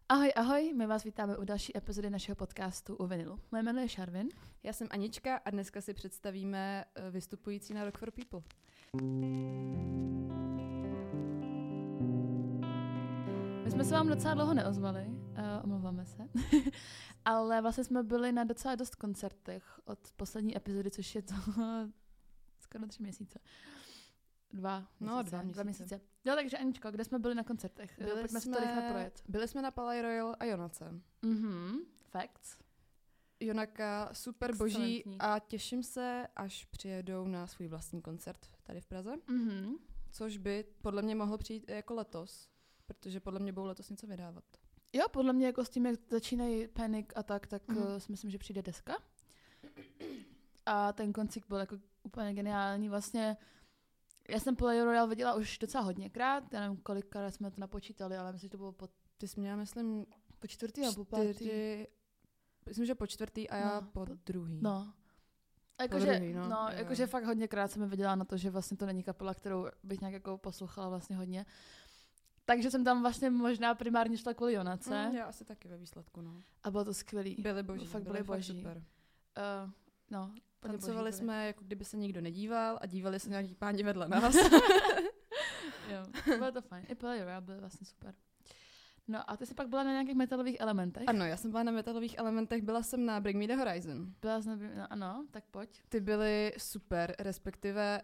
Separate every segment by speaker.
Speaker 1: Ahoj, ahoj, my vás vítáme u další epizody našeho podcastu u vinilu. Moje jméno je Šarvin.
Speaker 2: Já jsem Anička a dneska si představíme vystupující na Rock for People.
Speaker 1: My jsme se vám docela dlouho neozvali, omlouváme se, ale vlastně jsme byli na docela dost koncertech od poslední epizody, což je to skoro 3 měsíce. 2 měsíce. Jo, takže Aničko, kde jsme byli na koncertech? Pojďme si to rychle projet.
Speaker 2: Byli jsme na Palais Royal a Jonace.
Speaker 1: Facts.
Speaker 2: Jonaka super boží a těším se, až přijedou na svůj vlastní koncert tady v Praze. Což by podle mě mohlo přijít jako letos, protože podle mě budou letos něco vydávat.
Speaker 1: Jo, podle mě jako s tím, jak začínají Panic a tak si myslím, že přijde deska. A ten koncert byl jako úplně geniální. Vlastně já jsem Palais Royal viděla už docela hodněkrát, já nevím, kolikrát jsme to napočítali, ale myslím, že to bylo
Speaker 2: Ty jsi měla, myslím,
Speaker 1: po 4. nebo po 5.
Speaker 2: Myslím, že po 4. a já po 2.
Speaker 1: No. Jakože fakt hodněkrát jsem viděla na to, že vlastně to není kapela, kterou bych nějak jako poslouchala vlastně hodně. Takže jsem tam vlastně možná primárně šla kvůli Jonace.
Speaker 2: Já asi taky ve výsledku, no.
Speaker 1: A bylo to skvělý.
Speaker 2: Byli boží.
Speaker 1: Fakt byli boží.
Speaker 2: Super.
Speaker 1: Tancovali
Speaker 2: jsme, jako kdyby se nikdo nedíval a dívali se nějaký páni vedle nás.
Speaker 1: Jo, bylo to fajn. I Palais Royal byly vlastně super. No a ty jsi pak byla na nějakých metalových elementech?
Speaker 2: Ano, já jsem byla na metalových elementech, byla jsem na Bring Me The Horizon.
Speaker 1: Ano, tak pojď.
Speaker 2: Ty byly super, respektive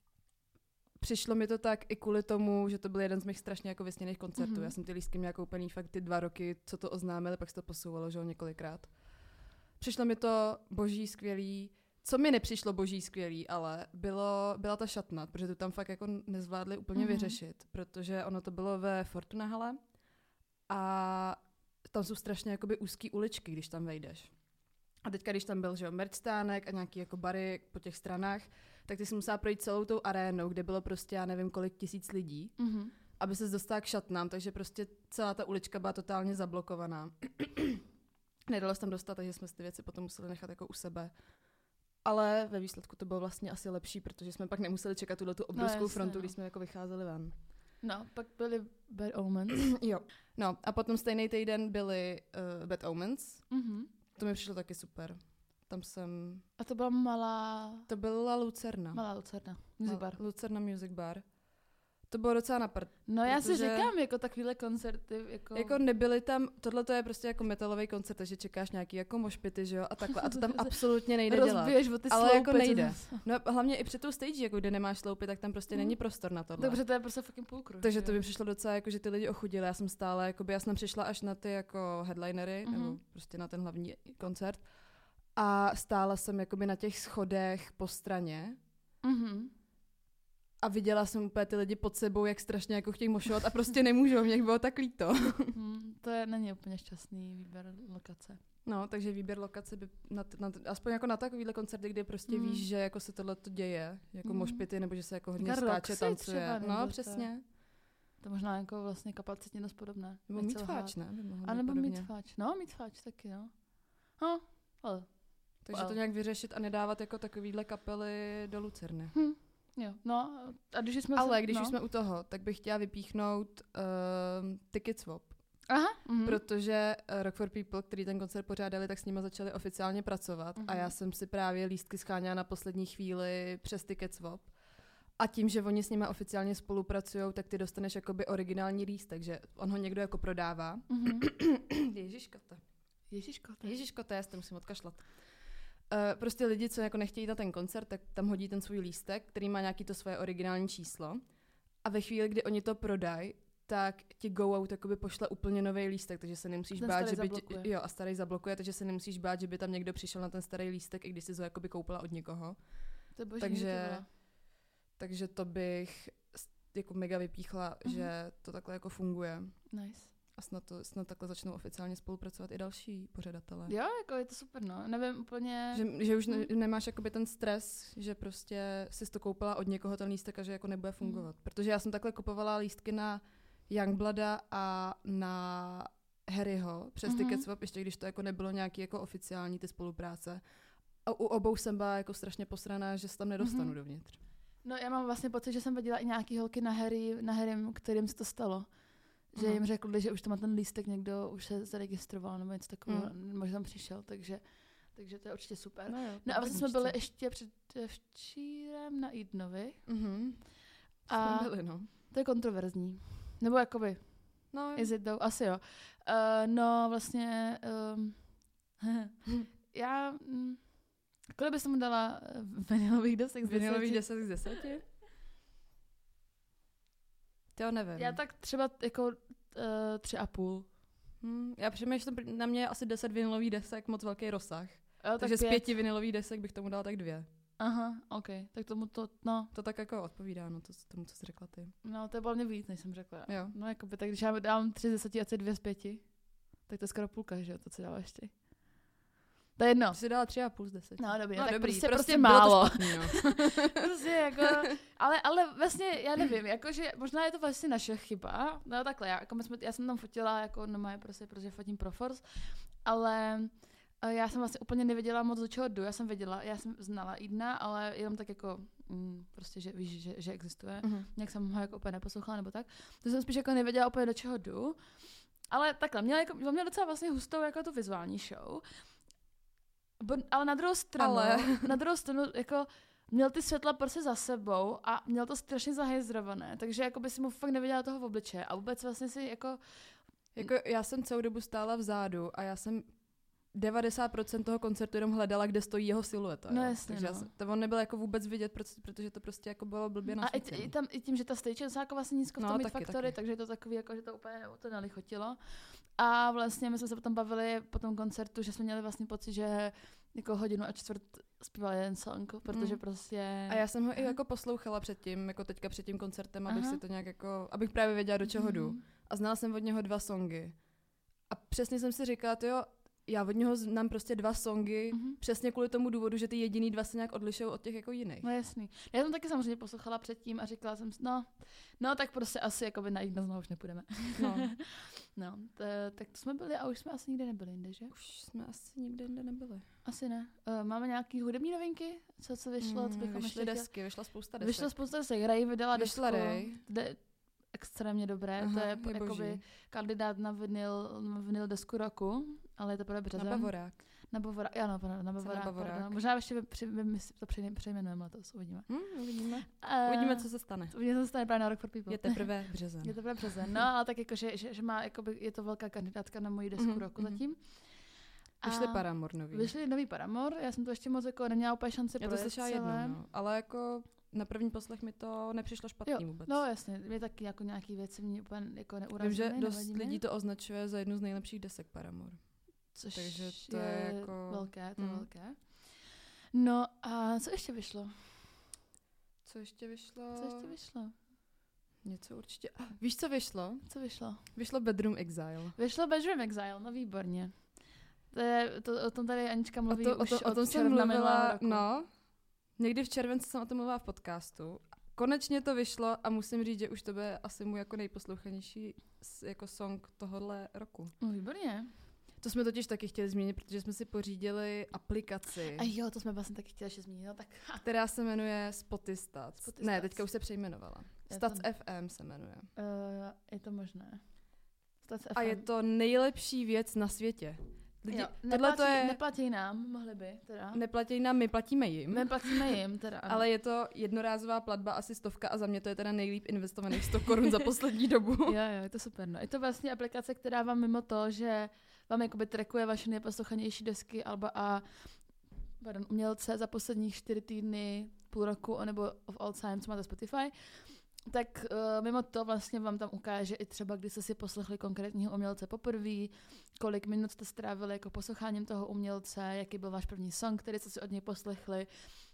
Speaker 2: přišlo mi to tak i kvůli tomu, že to byl jeden z mých strašně jako vysněných koncertů. Já jsem ty lístky měla koupený fakt ty 2 roky, co to oznámili, pak se to posouvalo, že jo, několikrát. Přišlo mi to boží, skvělý. Co mi nepřišlo boží skvělý, ale byla ta šatna, protože to tam fakt jako nezvládli úplně vyřešit, protože ono to bylo ve Fortuna hale a tam jsou strašně jakoby úzký uličky, když tam vejdeš. A teďka, když tam byl, že jo, merch stánek a nějaký jako bary po těch stranách, tak ty jsi musela projít celou tou arénou, kde bylo prostě, já nevím, kolik tisíc lidí, aby ses dostala k šatnám, takže prostě celá ta ulička byla totálně zablokovaná. Nedalo se tam dostat, takže jsme si ty věci potom museli nechat jako u sebe. Ale ve výsledku to bylo vlastně asi lepší, protože jsme pak nemuseli čekat tu obrovskou frontu, když jsme jako vycházeli ven.
Speaker 1: No, pak byly Bad Omens.
Speaker 2: Jo. No, a potom stejný týden byly Bad Omens. To mi přišlo taky super. Tam jsem...
Speaker 1: A to byla malá...
Speaker 2: To byla Lucerna.
Speaker 1: Malá Lucerna. Music bar.
Speaker 2: Lucerna Music Bar. To bylo docela na prd.
Speaker 1: No já si říkám, jako takovýhle koncerty,
Speaker 2: jako nebyly tam, tohle to je prostě jako metalový koncert, takže čekáš nějaký jako mošpity, že jo, a takhle. A to tam absolutně nejde dělat.
Speaker 1: Rozbiješ o ty
Speaker 2: ale
Speaker 1: sloupy,
Speaker 2: jako nejde. No hlavně i před tou stage, jako kde nemáš sloupy, tak tam prostě není prostor na tohle.
Speaker 1: Dobře, to je prostě fucking půlkruh.
Speaker 2: Takže to by přišlo docela jako, že ty lidi ochudili. Já jsem stále, jakoby, já jsem přišla až na ty jako headlinery, nebo prostě na ten hlavní koncert. A stála jsem jakoby na těch schodech po straně. A viděla jsem úplně ty lidi pod sebou, jak strašně jako chtějí mošovat a prostě nemůžou, mě bylo tak líto.
Speaker 1: Není úplně šťastný výběr lokace.
Speaker 2: No, takže výběr lokace by aspoň jako na takovýhle koncerty, kde prostě víš, že jako se tohle to děje, jako mošpity, nebo že se jako hodně skáče, tancuje.
Speaker 1: Třeba,
Speaker 2: no, přesně.
Speaker 1: To možná jako vlastně kapacitně dost podobné.
Speaker 2: Nebo Mítfáč, ne?
Speaker 1: A nebo Mítfáč. No, Mítfáč taky, no. Ale.
Speaker 2: Takže to nějak vyřešit a nedávat jako takovýhle kapely do Lucerny.
Speaker 1: Jo, no, a když jsme...
Speaker 2: Ale když už jsme u toho, tak bych chtěla vypíchnout Ticket Swap.
Speaker 1: Aha.
Speaker 2: Protože Rock for People, který ten koncert pořádali, tak s nimi začali oficiálně pracovat a já jsem si právě lístky scháněla na poslední chvíli přes Ticket Swap. A tím, že oni s nimi oficiálně spolupracujou, tak ty dostaneš jakoby originální lístek, že on ho někdo jako prodává. Ježiškote, já si to musím odkašlat. Prostě lidi, co jako nechtějí na ten koncert, tak tam hodí ten svůj lístek, který má nějaký to svoje originální číslo. A ve chvíli, kdy oni to prodají, tak ti Go Out jakoby pošle úplně nový lístek, takže se nemusíš bát, že by a starý zablokuje, takže se nemusíš bát, že by tam někdo přišel na ten starý lístek, i když jsi ho jakoby koupila od někoho.
Speaker 1: To boží,
Speaker 2: takže to bych jako mega vypíchla, že to takhle jako funguje.
Speaker 1: Nice.
Speaker 2: A snad takhle začnou oficiálně spolupracovat i další pořadatelé.
Speaker 1: Jo, jako je to super, no. Nevím úplně...
Speaker 2: Že už nemáš jakoby ten stres, že prostě jsi to koupila od někoho ten lístek a že jako nebude fungovat. Protože já jsem takhle kupovala lístky na Youngblooda a na Harryho přes Ticket Swap, ještě když to jako nebylo nějaký jako oficiální ty spolupráce. A u obou jsem byla jako strašně posraná, že se tam nedostanu dovnitř.
Speaker 1: No já mám vlastně pocit, že jsem viděla i nějaký holky na Harrym, kterým se to stalo. že jim řekli, že už tam má ten lístek někdo, už se zaregistroval nebo něco takového, možná tam přišel, takže to je určitě super. No a vlastně jsme byli ještě předevčírem na Edenovi. A
Speaker 2: jsme byli, no.
Speaker 1: To je kontroverzní. Nebo jakoby, is it though? Asi jo. No vlastně, já, kolik bys mu dala vanilových desek z 10?
Speaker 2: Vanilových 10 z 10? To nevím.
Speaker 1: Já tak třeba jako 3,5.
Speaker 2: Já přemýšlím, na mě je asi 10 vinilových desek, moc velký rozsah.
Speaker 1: Jo,
Speaker 2: takže z 5 vinilových desek bych tomu dala tak 2.
Speaker 1: Aha, ok. Tak tomu to, no.
Speaker 2: To tak jako odpovídá, no, tomu, co jsi řekla ty.
Speaker 1: No, to je bylo mě víc, než jsem řekla.
Speaker 2: Jo.
Speaker 1: No, jakoby, tak když já dám 3 z 10 a 2 z 5, tak to je skoro půlka, že jo, to co dala ještě. To je jedno.
Speaker 2: Ty jsi dala 3,5 z 10.
Speaker 1: No, dobrý,
Speaker 2: no,
Speaker 1: tak
Speaker 2: dobrý,
Speaker 1: prostě málo.
Speaker 2: Špatný, no.
Speaker 1: Prostě jako, ale vlastně, já nevím, jakože možná je to vlastně naše chyba. No takhle, já jsem tam fotila jako normálně protože fotím pro Force, ale já jsem vlastně úplně nevěděla moc, do čeho jdu. Já jsem znala Edena, ale jenom tak jako, prostě, že víš, že existuje. Nějak jsem ho jako úplně neposlouchala nebo tak. To jsem spíš jako nevěděla úplně, do čeho jdu. Ale takhle, měl docela vlastně hustou jako tu vizuální show. Ale na druhou stranu, jako měl ty světla prostě za sebou a měl to strašně zahejzrované, takže jako by si mu fakt neviděla toho v obličeje a vůbec vlastně si jako
Speaker 2: já jsem celou dobu stála vzadu a já jsem 90% toho koncertu jenom hledala, kde stojí jeho silueta.
Speaker 1: No jasně,
Speaker 2: takže on nebyl jako vůbec vidět, protože to prostě jako bylo blbě nasvícené.
Speaker 1: A i tím, že ta stage je jako vlastně nízko v tom Factory, takže je to takový, jako, že to úplně to nelichotilo. A vlastně my jsme se potom bavili po tom koncertu, že jsme měli vlastně pocit, že jako 1.25 hodiny zpíval jeden song, protože prostě...
Speaker 2: A já jsem ho i jako poslouchala předtím, jako teďka před tím koncertem, abych si to nějak jako, abych právě věděla, do čeho jdu. A znala jsem od něho 2 songy. A přesně jsem si říkala, já od něho znám prostě 2 songy, přesně kvůli tomu důvodu, že ty jediný 2 se nějak odlišují od těch jako jiných.
Speaker 1: No jasný. Já jsem taky samozřejmě poslouchala předtím a říkala jsem si, no tak prostě asi jakoby na Edena znovu už nepůjdeme. No, tak to jsme byli a už jsme asi nikde nebyli jinde, že?
Speaker 2: Už jsme asi nikde jinde nebyli.
Speaker 1: Asi ne. Máme nějaký hudební novinky? Co vyšlo? Co bychom
Speaker 2: vyšly desky, vyšla spousta desek.
Speaker 1: Vyšla spousta desek. Ray vydala desku. Extrémně dobré.
Speaker 2: Aha,
Speaker 1: to je jakoby kandidát na vinyl desku roku, ale je to právě březen.
Speaker 2: Na Bavorák.
Speaker 1: Na Bavorák. Možná ještě to přejmenujeme letos, uvidíme.
Speaker 2: Uvidíme. Uvidíme, co se stane.
Speaker 1: Uvidíme, co se stane právě na Rock for People.
Speaker 2: Je teprve březen.
Speaker 1: No, ale tak jako, že má, jakoby, je to velká kandidátka na moji desku roku zatím.
Speaker 2: Vyšly Paramore nový.
Speaker 1: Vyšly nový Paramore, já jsem to ještě moc jako neměla úplně šanci projet.
Speaker 2: Já to slyšela jednou, ale jako na první poslech mi to nepřišlo špatný vůbec.
Speaker 1: No jasně, mě taky jako nějaký věci mě úplně jako neurazily.
Speaker 2: Vím, že dost lidí to označuje za jednu z nejlepších desek Paramore.
Speaker 1: Takže to je jako... velké, to je velké. No a co ještě vyšlo?
Speaker 2: Co ještě vyšlo? Něco určitě. Víš, co vyšlo?
Speaker 1: Co vyšlo?
Speaker 2: Vyšlo Bedroom Exile.
Speaker 1: Vyšlo Bedroom Exile, no výborně. O tom tady Anička mluví
Speaker 2: o tom jsem mluvila, no. Někdy v červenci jsem o tom mluvila v podcastu. Konečně to vyšlo a musím říct, že už to bude asi můj jako nejposlouchanější jako song tohohle roku.
Speaker 1: No výborně.
Speaker 2: To jsme totiž taky chtěli zmínit, protože jsme si pořídili aplikaci.
Speaker 1: A jo, to jsme vlastně taky chtěli ještě zmínit. No, tak.
Speaker 2: Která se jmenuje Spotistats. Ne, teďka už se přejmenovala. Stats FM se jmenuje.
Speaker 1: Je to možné.
Speaker 2: Stats FM. A je to nejlepší věc na světě.
Speaker 1: Jo, neplatí nám, mohli by teda.
Speaker 2: Neplatí nám, my platíme jim.
Speaker 1: My platíme jim teda, ano.
Speaker 2: Ale je to jednorázová platba, asi 100 a za mě to je teda nejlíp investovaných 100 korun za poslední dobu.
Speaker 1: Jo, je to super. No. Je to vlastně aplikace, která vám mimo to, že vám jakoby trackuje vaše nejposlouchanější desky a umělce za posledních 4 týdny, půl roku, nebo of all time, co máte Spotify, tak mimo to vlastně vám tam ukáže i třeba, kdy jste si poslechli konkrétního umělce poprvé, kolik minut jste strávili jako posloucháním toho umělce, jaký byl váš první song, který jste si od něj poslechli.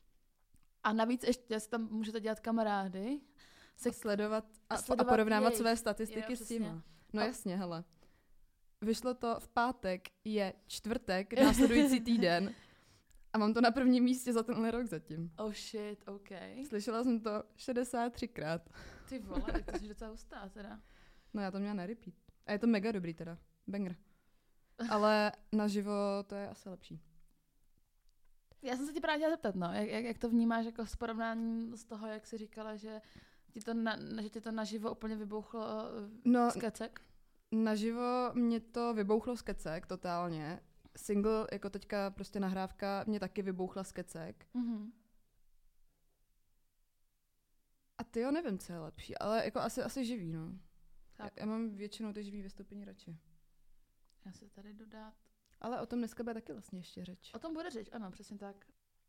Speaker 1: A navíc ještě si tam můžete dělat kamarády.
Speaker 2: Sledovat a porovnávat své statistiky s tím. No jasně, hele. Vyšlo to v pátek, je čtvrtek, následující týden. A mám to na prvním místě za tenhle rok zatím.
Speaker 1: Oh shit, OK.
Speaker 2: Slyšela jsem to 63krát.
Speaker 1: Ty vole, tak to jsi docela hustá teda.
Speaker 2: No já to měla na repeat. A je to mega dobrý teda. Banger. Ale naživo to je asi lepší.
Speaker 1: Já jsem se ti právě chtěla zeptat, no. Jak to vnímáš jako s porovnáním z toho, jak jsi říkala, že ti to naživo úplně vybouchlo z kecek?
Speaker 2: Naživo mě to vybouchlo z kecek totálně. Single, jako teďka prostě nahrávka, mě taky vybouchla z kecek.
Speaker 1: Mhm.
Speaker 2: A ty jo, nevím, co je lepší, ale jako asi živý, no. Já mám většinou ty živý vystoupení radši.
Speaker 1: Já si tady dodát.
Speaker 2: Ale o tom dneska bude taky vlastně ještě řeč.
Speaker 1: O tom bude řeč, ano, přesně tak.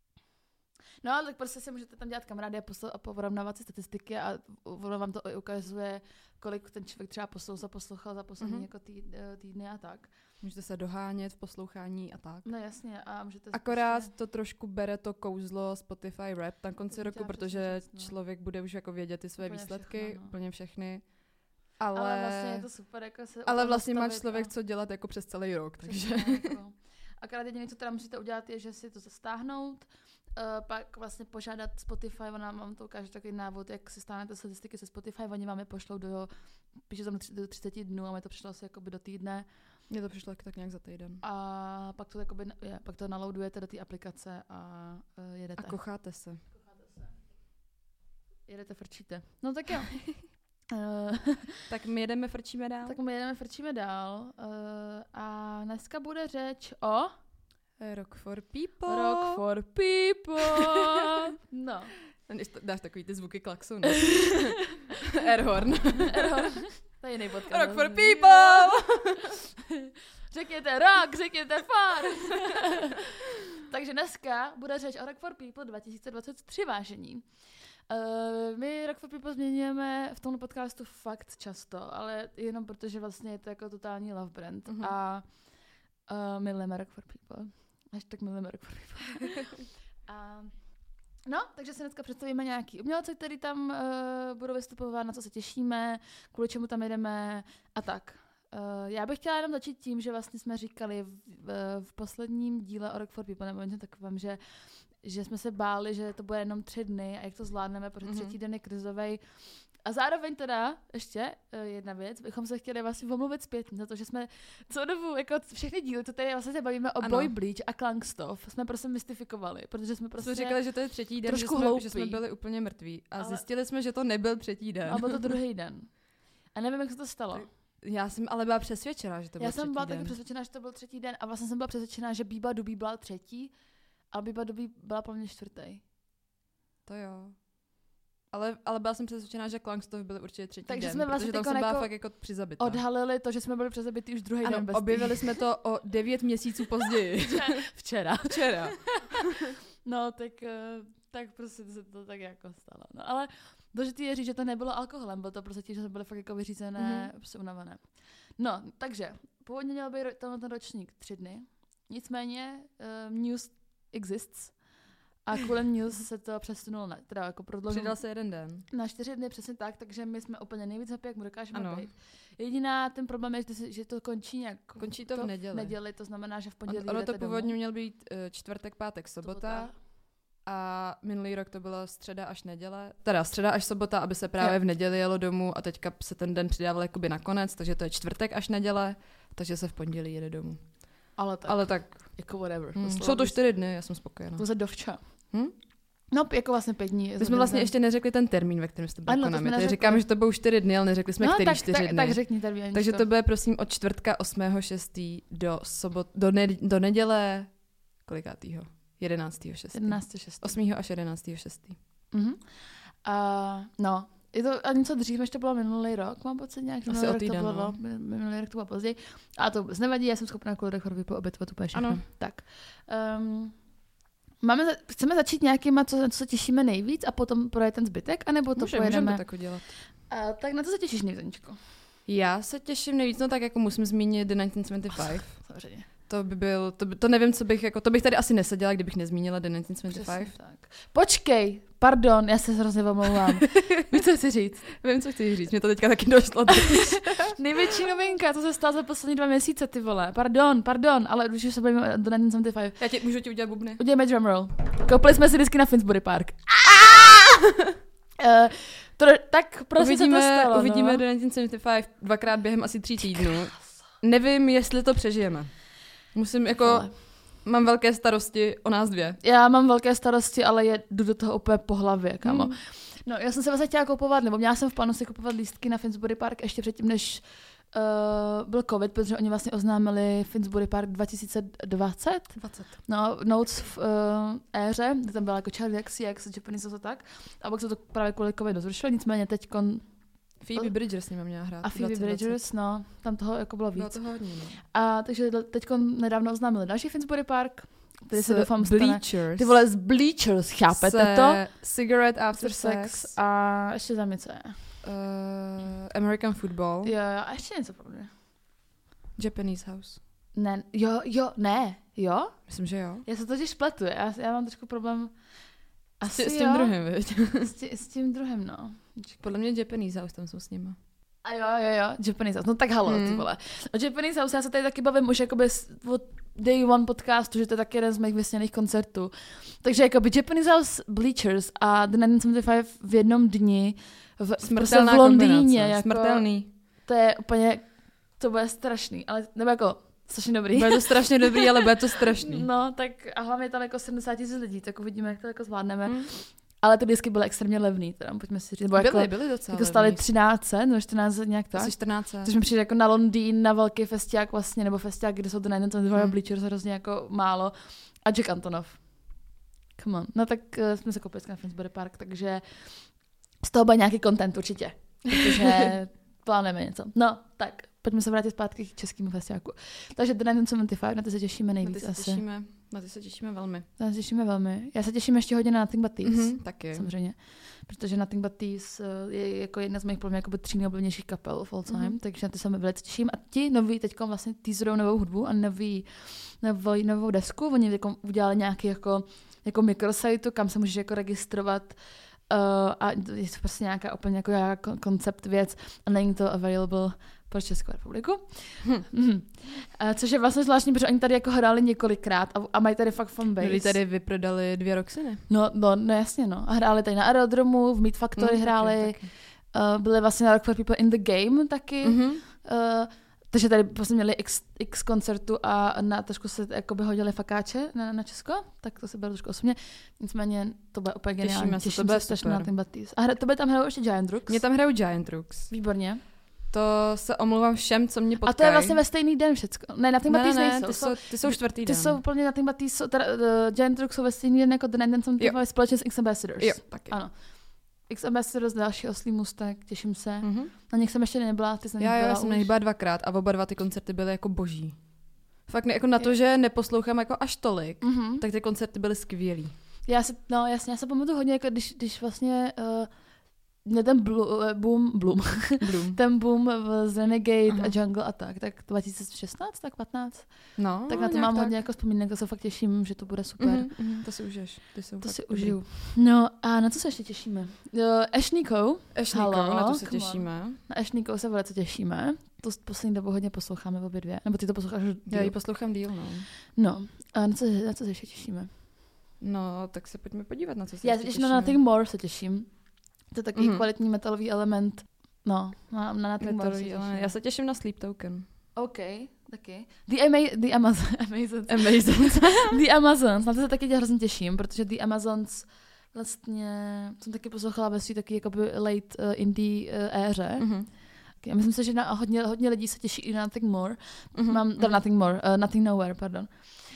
Speaker 1: No ale tak prostě si můžete tam dělat kamarády a porovnávat si statistiky a ono vám to ukazuje, kolik ten člověk třeba poslouchal za poslední jako týdny a tak.
Speaker 2: Můžete se dohánět v poslouchání a tak.
Speaker 1: No jasně. A můžete
Speaker 2: akorát to trošku bere to kouzlo Spotify Rap na konci roku, protože člověk bude už jako vědět ty své úplně výsledky, všechno, úplně všechny. Ale
Speaker 1: vlastně je to super, jako se
Speaker 2: ale vlastně máš člověk co dělat jako přes celý rok, takže.
Speaker 1: Jako. Akorát jediné, co teda musíte udělat, je, že si to zastáhnout, pak vlastně požádat Spotify, ona vám to ukáže takový návod, jak si stáhnete statistiky ze Spotify, oni vám je pošlou píše tam do 30 dnů a mi to přišlo asi jakoby do týdne.
Speaker 2: Mně to přišlo tak nějak za týden.
Speaker 1: A pak to, jakoby, pak to naloadujete do té aplikace a jedete.
Speaker 2: A kocháte se.
Speaker 1: Jedete, frčíte. No tak jo.
Speaker 2: Tak my jedeme, frčíme
Speaker 1: dál. A dneska bude řeč o...
Speaker 2: Rock for people.
Speaker 1: Rock for people. No.
Speaker 2: Dáš takový ty zvuky klaxonu. Airhorn.
Speaker 1: To je jiný podcast.
Speaker 2: Rock for people.
Speaker 1: Řekněte rock, řekněte far. Takže dneska bude řeč o Rock for people 2023, vážení. My Rock for People zmiňujeme v tomto podcastu fakt často, ale jenom protože vlastně je to jako totální love brand. A milujeme Rock for People. Až tak milujeme Rock for People. No, takže si dneska představíme nějaký umělce, který tam budou vystupovat, na co se těšíme, kvůli čemu tam jedeme a tak. Já bych chtěla jenom začít tím, že vlastně jsme říkali v posledním díle o Rock for People, nebo něco takovém, že jsme se báli, že to bude jenom 3 dny a jak to zvládneme, protože 3. den je krizovej. A zároveň teda ještě jedna věc, bychom se chtěli vlastně omluvit zpětně za to, že jsme celou dobu, jako všechny díly, to tady vlastně se bavíme o Boy Bleach a Klangstov, jsme prostě mystifikovali, protože jsme prostě
Speaker 2: říkali, že to je 3. den, že jsme byli úplně mrtví a zjistili jsme, že to nebyl 3. den.
Speaker 1: A byl to 2. den. A nevím, jak se to stalo.
Speaker 2: Já jsem ale byla přesvědčená, že to byl 3. den.
Speaker 1: Já jsem byla taky přesvědčená, že to byl 3. den a vlastně jsem byla přesvědčená, že Biba Dubí byla 3. a Biba Dubí byla po mně 4.
Speaker 2: To jo. Ale byla jsem přesvědčená, že Klangstov byl určitě 3.
Speaker 1: Takže
Speaker 2: den,
Speaker 1: jsme vlastně
Speaker 2: protože tam jsem byla fakt jako přizabitá.
Speaker 1: Odhalili to, že jsme byli přizabitý už 2. den.
Speaker 2: Objevili jsme to o 9 měsíců později.
Speaker 1: Včera. No, tak prostě se to tak jako stalo. No, ale důležitý je říct, že to nebylo alkoholem, bylo to prostě tím, že jsme byli fakt jako vyřízené, prostě unavené. No, takže původně měl být ten ročník 3 dny, nicméně news exists a kvůli news se to přesunulo, teda jako prodloužilo.
Speaker 2: Přidal se 1 den.
Speaker 1: Na 4 dny přesně tak, takže my jsme úplně nejvíc happy, jak mu dokážeme být. Jediná ten problém je, že to končí nějak.
Speaker 2: Končí to v neděli.
Speaker 1: To znamená, že v pondělí
Speaker 2: ono to původně měl být čtvrtek, pátek, sobota. A minulý rok to bylo středa až neděle. Teda středa až sobota, aby se právě v neděli jelo domů a teďka se ten den přidával jakoby nakonec, takže to je čtvrtek až neděle, takže se v pondělí jede domů.
Speaker 1: Ale tak jako whatever.
Speaker 2: Jsou to 4 dny, já jsem spokojená.
Speaker 1: To se dovča. No, jako vlastně 5 dní.
Speaker 2: My jsme vlastně ještě neřekli ten termín, ve kterém jste byli konami. Takže říkáme, že to budou 4 dny, ale neřekli jsme, který 4 dny.
Speaker 1: Tak řekni termín.
Speaker 2: Takže to bude prosím od čtvrtka 8.6. do neděle kolikátýho? 11.6. 8. až 11.6.
Speaker 1: No, je to a něco dřív, než to bylo minulý rok, mám pocit nějak.
Speaker 2: Asi o týden,
Speaker 1: minulý rok to bylo později. A to vůbec nevadí, já jsem schopná kvůli rekordu obětovat úplně všechno.
Speaker 2: Ano.
Speaker 1: Tak. Chceme začít nějakýma, co se těšíme nejvíc a potom projet ten zbytek, anebo to pojedeme?
Speaker 2: Můžeme to tak udělat.
Speaker 1: Tak na to se těšíš nejvíc, Aničko?
Speaker 2: Já se těším nejvíc, no tak jako musím zmínit The 1925.
Speaker 1: Samozřejmě.
Speaker 2: To by byl, to nevím, co bych, jako, to bych tady asi neseděla, kdybych nezmínila The 1925.
Speaker 1: Tak. Počkej, pardon, já se hrozně omlouvám. Víš, co chci říct?
Speaker 2: Vím, co chci říct, mě to teďka taky došlo.
Speaker 1: Největší novinka, to se stalo za poslední 2 měsíce, ty vole. Pardon, ale už se bavíme o The 1975.
Speaker 2: Můžu ti udělat bubny?
Speaker 1: Udělejme drumroll. Koupili jsme si disky na Finsbury Park. Tak prosím, co to stalo,
Speaker 2: uvidíme The 1975 2krát během asi 3 týdnů. Nevím, jestli to přežijeme. Mám velké starosti o nás 2.
Speaker 1: Já mám velké starosti, ale jdu do toho úplně po hlavě, kamo. No, já jsem se vlastně chtěla kupovat, nebo měla jsem v plánu si kupovat lístky na Finsbury Park ještě předtím, než byl covid, protože oni vlastně oznámili Finsbury Park 2020.
Speaker 2: 20.
Speaker 1: No, Notes v éře, kde tam byla jako Charlie XCX, Japanese a tak. A pak se to právě kvůli covidu zrušilo, nicméně teďkon...
Speaker 2: Phoebe Bridgers s nima měla hrát.
Speaker 1: A Phoebe Bridgers, no, tam toho jako bylo víc.
Speaker 2: Bylo toho hodně, no.
Speaker 1: A takže teďkon nedávno oznámili další Finsbury Park, který se doufám stane...
Speaker 2: Bleachers.
Speaker 1: Ty vole, z Bleachers, chápete to?
Speaker 2: Cigarette After Sex.
Speaker 1: A ještě za mě co je?
Speaker 2: American Football.
Speaker 1: Jo, a ještě něco podobně.
Speaker 2: Japanese House.
Speaker 1: Ne, jo?
Speaker 2: Myslím, že jo.
Speaker 1: Já se totiž pletu, já mám trošku problém. Asi
Speaker 2: S tím druhým, viď?
Speaker 1: S tím druhým, no.
Speaker 2: Podle mě Japanese House, tam jsou s nima.
Speaker 1: A jo, Japanese House, no tak halo, ty vole. O Japanese House já se tady taky bavím už jakoby od Day One podcastu, že to je taky jeden z mých vysněných koncertů. Takže jakoby Japanese House, Bleachers a The 1975 v jednom dni
Speaker 2: smrtelná
Speaker 1: v Londýně.
Speaker 2: jako, smrtelný.
Speaker 1: To je úplně, to bude strašný, ale nebo jako strašně dobrý.
Speaker 2: Bude to strašně dobrý, ale bude to strašný.
Speaker 1: No, tak a hlavně tam jako 70 000 lidí, tak uvidíme, jak to jako zvládneme. Ale ty disky byly extrémně levný, teda pojďme si říct. Nebo
Speaker 2: byly docela
Speaker 1: jako stály 13, nebo 14, nějak tak.
Speaker 2: Asi 14.
Speaker 1: Takže mi přijde jako na Londýn, na velký festiák vlastně, nebo festiák, kde jsou to na Bleachers hrozně jako málo. A Jack Antonoff. Come on. No tak jsme se koupili na Finsbury Park, takže z toho bude nějaký content určitě. Protože plánujeme něco. No, tak pojďme se vrátit zpátky k českému festiáku. Takže The 1975, na to se těšíme nejvíc asi.
Speaker 2: Na ty se těšíme velmi.
Speaker 1: Na to se těšíme velmi. Já se těším ještě hodně na Nothing But Thieves.
Speaker 2: Taky.
Speaker 1: Samozřejmě. Protože Nothing But Thieves je jako jedna z mých podle mě jako 3 nejoblíbenějších kapel of all time, takže na ty se mi velice těším. A ti noví teď vlastně teaserujou novou hudbu a novou desku. Oni jako udělali nějaký jako mikrosajtu, kam se můžeš jako registrovat a je to prostě nějaká úplně jako koncept věc a není to available pro Českou republiku. Což je vlastně zvláštní, protože oni tady jako hráli několikrát a mají tady fakt fanbase.
Speaker 2: Byli tady vyprodali 2 Roxiny.
Speaker 1: No jasně, no. A hráli tady na Aerodromu, v Meat Factory hráli, taky. Byli vlastně na Rock for People in the Game taky. Takže tady vlastně měli x koncertů a na trošku se jakoby hodili fakáče na Česko, tak to se bylo trošku osobně. Nicméně to bude úplně geniální. Těším se strašně na Nothing But Thieves. A to by tam hrajou ještě Giant Rooks.
Speaker 2: Mě tam hrajou Giant Rooks.
Speaker 1: Výborně.
Speaker 2: To se omlouvám všem, co mě potkají.
Speaker 1: A to je vlastně ve stejný den všecko. Ne, Nothing But Thieves nejsou.
Speaker 2: Ty jsou čtvrtý den.
Speaker 1: Ty jsou úplně Nothing But Thieves, Giant Rooks jsou ve stejný den jako The 1975 společně s X Ambassadors.
Speaker 2: Jo, taky.
Speaker 1: Ano. X Ambassadors, další oslý můstek, těším se. Na nich jsem ještě nebyla, ty jsem
Speaker 2: Já jsem nebyla 2krát a oba 2 ty koncerty byly jako boží. Fakt jako na to, že neposlouchám jako až tolik, tak ty koncerty byly skvělý.
Speaker 1: Já se pamatuju hodně, jako když vlastně ten boom. Ten boom z Renegade a Jungle a tak 2016, tak 15.
Speaker 2: No,
Speaker 1: tak na to mám hodně jako vzpomínek, to se fakt těším, že to bude super.
Speaker 2: To si užiješ.
Speaker 1: To si užiju. No a na co se ještě těšíme? Ashley Coe,
Speaker 2: na to se těšíme.
Speaker 1: Na Ashley Coe se velice těšíme. To poslední dobu hodně posloucháme obě dvě. Nebo ty to posloucháš díl?
Speaker 2: Já ji poslouchám díl, no.
Speaker 1: No, a na co se ještě těšíme?
Speaker 2: No, tak se pojďme podívat, na co se
Speaker 1: Já
Speaker 2: ještě
Speaker 1: těším. Na Nothing More se těším. To je takový kvalitní metalový element. No, na Nothing More se těším.
Speaker 2: Já se těším na Sleep Token.
Speaker 1: OK, taky. The Amazons. The Amazons. Na to se taky hrozně těším, protože The Amazons vlastně jsem taky poslouchala ve svý taky jakoby late indie éře. Okay, myslím si, že na hodně lidí se těší i na Nothing More. Nothing Nowhere, pardon.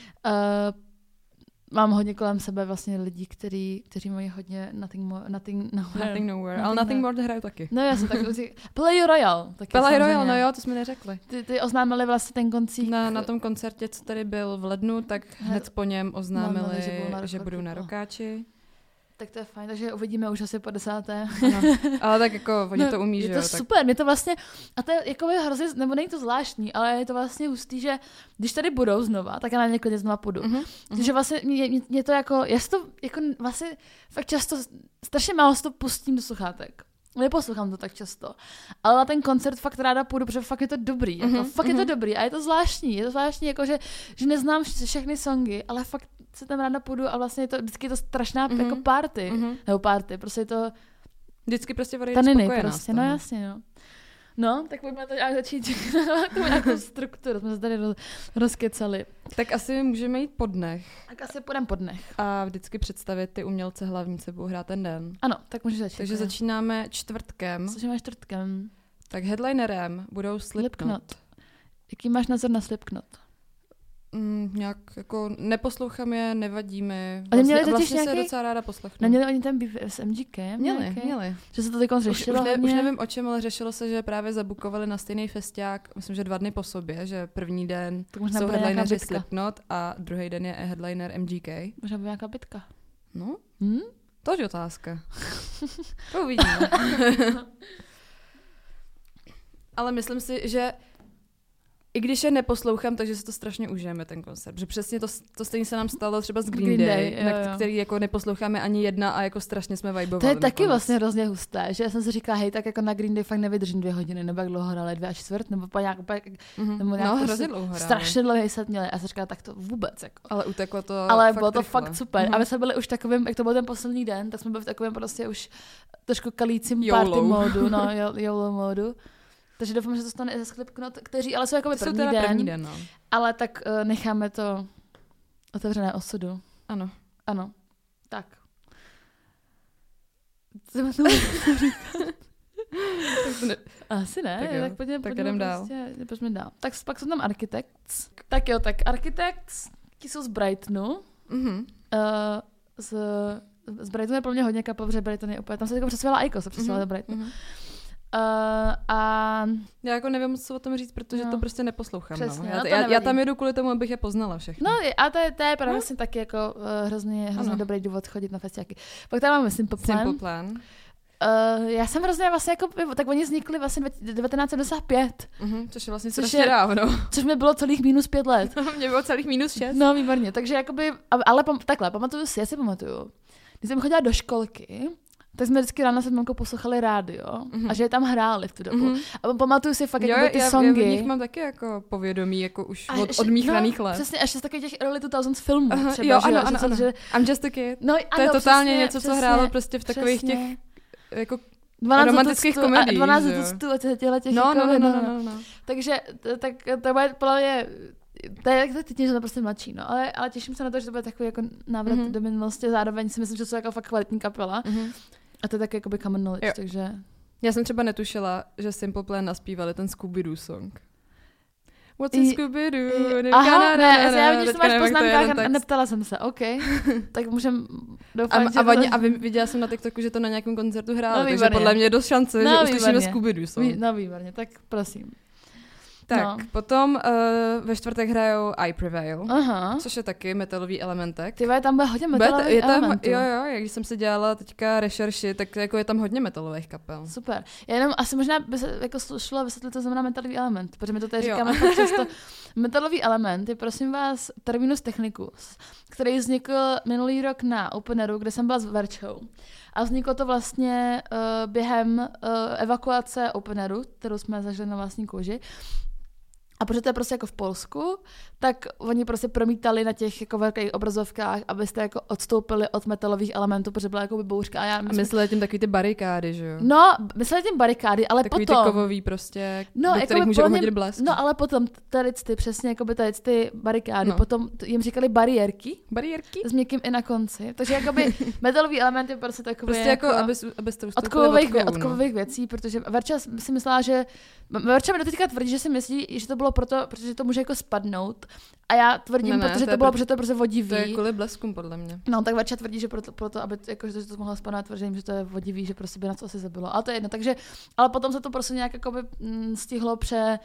Speaker 1: Mám hodně kolem sebe vlastně lidí, kteří mají hodně Nothing Nowhere.
Speaker 2: Ale Nothing More hraju taky.
Speaker 1: No já jsem tak Play Royale.
Speaker 2: Play Royale, no jo, to jsme neřekli.
Speaker 1: Ty oznámili vlastně ten koncert.
Speaker 2: Na tom koncertě, co tady byl v lednu, tak hned po něm oznámili, že budou na Rokáči.
Speaker 1: Tak to je fajn, takže uvidíme už asi po 10.
Speaker 2: Ano. Ale tak jako oni to umí, že jo.
Speaker 1: Je to super, mě to vlastně, a to je jako hrozně, nebo není to zvláštní, ale je to vlastně hustý, že když tady budou znova, tak já na několik znova půjdu. Takže vlastně mě to jako, já si to jako vlastně fakt často, strašně málo si to pustím do sluchátek. Neposlouchám to tak často. Ale na ten koncert fakt ráda půjdu, protože fakt je to dobrý. Jako, fakt je to dobrý a je to zvláštní. Je to zvláštní, jako, že neznám všechny songy, ale fakt se tam ráda půjdu a vlastně je to vždycky je to strašná jako party. Nebo party, prostě je to
Speaker 2: vždycky prostě odejde spokojená.
Speaker 1: Prostě, no jasně, no. No, tak pojďme to začít nějakou strukturu, jsme se tady rozkecali.
Speaker 2: Tak asi můžeme jít po dnech.
Speaker 1: Tak asi půjdeme po dnech.
Speaker 2: A vždycky představit ty umělce hlavní, co budou hrát ten den.
Speaker 1: Ano, tak můžeš začít.
Speaker 2: Takže začínáme čtvrtkem. Tak headlinerem budou Slipknot.
Speaker 1: Jaký máš názor na Slipknot?
Speaker 2: Nějak jako neposlouchám je, nevadí mi.
Speaker 1: Oni měli
Speaker 2: vlastně
Speaker 1: nějaký...
Speaker 2: se docela ráda poslechnu.
Speaker 1: Neměli oni ten beef s MGK?
Speaker 2: Měli.
Speaker 1: Že se to teď řešilo?
Speaker 2: Už nevím o čem, ale řešilo se, že právě zabukovali na stejný festiák, myslím, že 2 dny po sobě, že první den jsou headlineři Slipknot a druhý den je headliner MGK.
Speaker 1: Možná bude nějaká bitka.
Speaker 2: No, to je otázka. To uvidíme. Ale myslím si, že i když je neposlouchám, takže si to strašně užijeme, ten koncert. Že přesně to stejně se nám stalo třeba z Green Day, který jako neposloucháme ani jedna a jako strašně jsme vibovali.
Speaker 1: To je taky vlastně hrozně husté, že já jsem si říkala, hej, tak jako na Green Day fakt nevydržím 2 hodiny, nebo jak dlouho hráli, 2,25, nebo nějak
Speaker 2: hrozně dlouho
Speaker 1: strašně dlouhý set měli. A já jsem říkala, tak to vůbec. Jako.
Speaker 2: Ale uteklo to.
Speaker 1: Ale bylo to fakt super. A my jsme byli už takovým, jak to byl ten poslední den, tak jsme byli v takovém prostě už trošku kalícím party módu, YOLO módu. Takže doufám, že to stane i ze Slipknot, kteří ale jsou jako první den,
Speaker 2: no.
Speaker 1: Ale tak necháme to otevřené osudu. Ano. Tak. Asi ne, tak pojďme
Speaker 2: dál.
Speaker 1: Pojďme dál. Tak pak jsou tam Architects. Tak jo, tak Architects, ti jsou z Brightonu. Z Brightonu je pro mě hodně kapel, protože Brighton je úplně, tam se jako přesvěla Aiko, se přesvěla do Brightonu.
Speaker 2: A já jako nevím, co o tom říct, protože to prostě neposlouchám.
Speaker 1: Přesně,
Speaker 2: já tam jedu kvůli tomu, abych je poznala všechny.
Speaker 1: No a to je právě vlastně taky jako hrozně dobrý důvod chodit na festiáky. Pak tam máme Simple Plan. Já jsem hrozně vlastně jako, tak oni vznikli vlastně 1975.
Speaker 2: Což je vlastně strašně dávno.
Speaker 1: Což mi bylo celých -5 let.
Speaker 2: Mě bylo celých -6.
Speaker 1: No, výborně. Takže jakoby, ale takhle, já si pamatuju. Když jsem chodila do školky, tak jsme vždycky ráno s mamkou poslouchali rádio a že je tam hráli v tu dobu. A pamatuju si fakt jako ty songy. Já v nich
Speaker 2: mám taky jako povědomí, jako už od mých raných let.
Speaker 1: Přesně, až z takových těch early 2000s filmů. Třeba,
Speaker 2: jo, ano.
Speaker 1: Že...
Speaker 2: I'm just a kid.
Speaker 1: No,
Speaker 2: to je totálně něco, co hrálo prostě v takových těch jako
Speaker 1: 12
Speaker 2: romantických komediích.
Speaker 1: 12 tuctů a těch
Speaker 2: No.
Speaker 1: Takže to bude podle to je jak teď, že to prostě mladší, no. Ale těším se na to, že to bude takový jako návrat do minulosti. Zároveň si myslím, že jsou jako fakt kvalitní kapela. A to je taky jakoby common knowledge, takže...
Speaker 2: Já jsem třeba netušila, že Simple Plan naspívali ten Scooby-Doo song. What's a Scooby-Doo?
Speaker 1: Aha, já vidíš, že to máš v poznámkách a neptala jsem se, OK. Tak můžem doufat,
Speaker 2: a viděla jsem na TikToku, že to na nějakém koncertu hrálo, takže podle mě je dost šance, že uslyšíme Scooby-Doo song.
Speaker 1: No výborně, tak prosím.
Speaker 2: Tak, potom ve čtvrtek hrajou I Prevail, což je taky metalový elementek.
Speaker 1: Ty tam bude hodně metalových elementů.
Speaker 2: Jo, když jsem si dělala teďka rešerši, tak jako je tam hodně metalových kapel.
Speaker 1: Super. Já jenom asi možná by se jako šlo vysvětlit, co znamená metalový element, protože my to tady říkáme tak často. Metalový element je, prosím vás, terminus technicus, který vznikl minulý rok na Openeru, kde jsem byla s Verčou. A vzniklo to vlastně během evakuace Openeru, kterou jsme zažili na vlastní kůži. A protože to je prostě jako v Polsku, tak oni prostě promítali na těch jako velkých obrazovkách, abyste jako odstoupili od metalových elementů, protože byla jako bouřka. A
Speaker 2: mysleli tím takový ty barikády, že jo?
Speaker 1: No, mysleli tím barikády, ale
Speaker 2: takový
Speaker 1: potom...
Speaker 2: Takový ty kovový prostě, do kterých může uhodit blesk.
Speaker 1: No, ale potom tady ty přesně jakoby tady ty barikády, potom jim říkali bariérky.
Speaker 2: Bariérky?
Speaker 1: S měkkým i na konci. Takže jakoby metalový element je prostě takový
Speaker 2: prostě jako abyste
Speaker 1: od kovových věcí, protože Verča si myslela, že Verča mi doteďka tvrdí, že si myslí, že to bylo proto, protože to může jako spadnout. A já tvrdím, protože to bylo, protože to je prostě vodivý.
Speaker 2: To je kvůli bleskům, podle mě.
Speaker 1: No, tak Verča tvrdí, že proto aby jako, že to mohlo spadnout, tvrdím, že to je vodivý, že prostě by nás asi zabilo. Ale to je jedno. Takže, ale potom se to prostě nějak jako by stihlo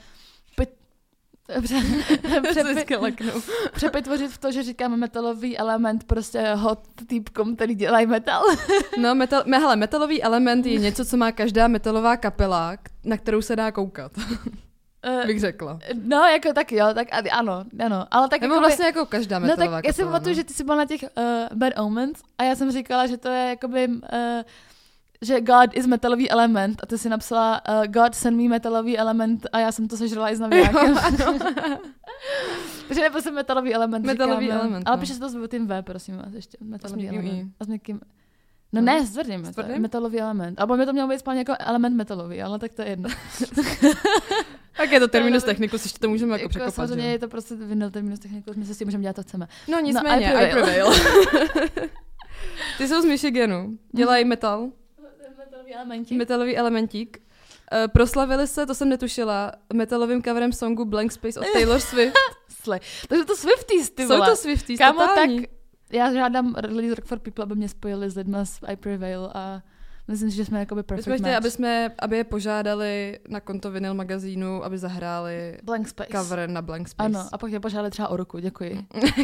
Speaker 1: přepitvořit v to, že říkáme metalový element prostě hot týpkom, který dělají metal.
Speaker 2: No, metalový element je něco, co má každá metalová kapela, na kterou se dá koukat. Bych řekla.
Speaker 1: No, jako tak jo, tak ano. Ale tak
Speaker 2: nebo jako vlastně jako každá metalová kapela.
Speaker 1: Já si pamatuju, že ty jsi byl na těch Bad Omens a já jsem říkala, že to je jakoby... že God is metalový element a ty si napsala God send me metalový element a já jsem to sežrala i s navijákem. Takže nebo se metalový element
Speaker 2: metalový element,
Speaker 1: ale píše se to s tím V, prosím vás, ještě. Metalový element. A s měkkým... No ne, s tvrdým. Metalový element. Alebo mě to mělo být spálně jako element metalový, ale tak to je jedno.
Speaker 2: Tak je to terminus technicus, ještě to můžeme jako překopat.
Speaker 1: Samozřejmě je to prostě vinyl terminus technicus, my se s tím můžeme dělat, co chceme.
Speaker 2: No nicméně, I Prevail. Ty jsou z Michiganu, dělají metal. Metalový elementík. Proslavili se, to jsem netušila, metalovým coverem songu Blank Space od Taylor Swift.
Speaker 1: Takže to Swifties, ty
Speaker 2: Jsou
Speaker 1: vole.
Speaker 2: to Swifties,
Speaker 1: Kámo,
Speaker 2: totální.
Speaker 1: tak já žádám lidi z Rock for People, aby mě spojili s lidma z I Prevail a myslím, že jsme jakoby
Speaker 2: My
Speaker 1: perfect
Speaker 2: jsme chtěli,
Speaker 1: match.
Speaker 2: aby je požádali na konto Vinyl magazínu, aby zahráli
Speaker 1: Blank Space.
Speaker 2: cover na Blank Space.
Speaker 1: Ano, a pak mě požádali třeba o ruku, děkuji.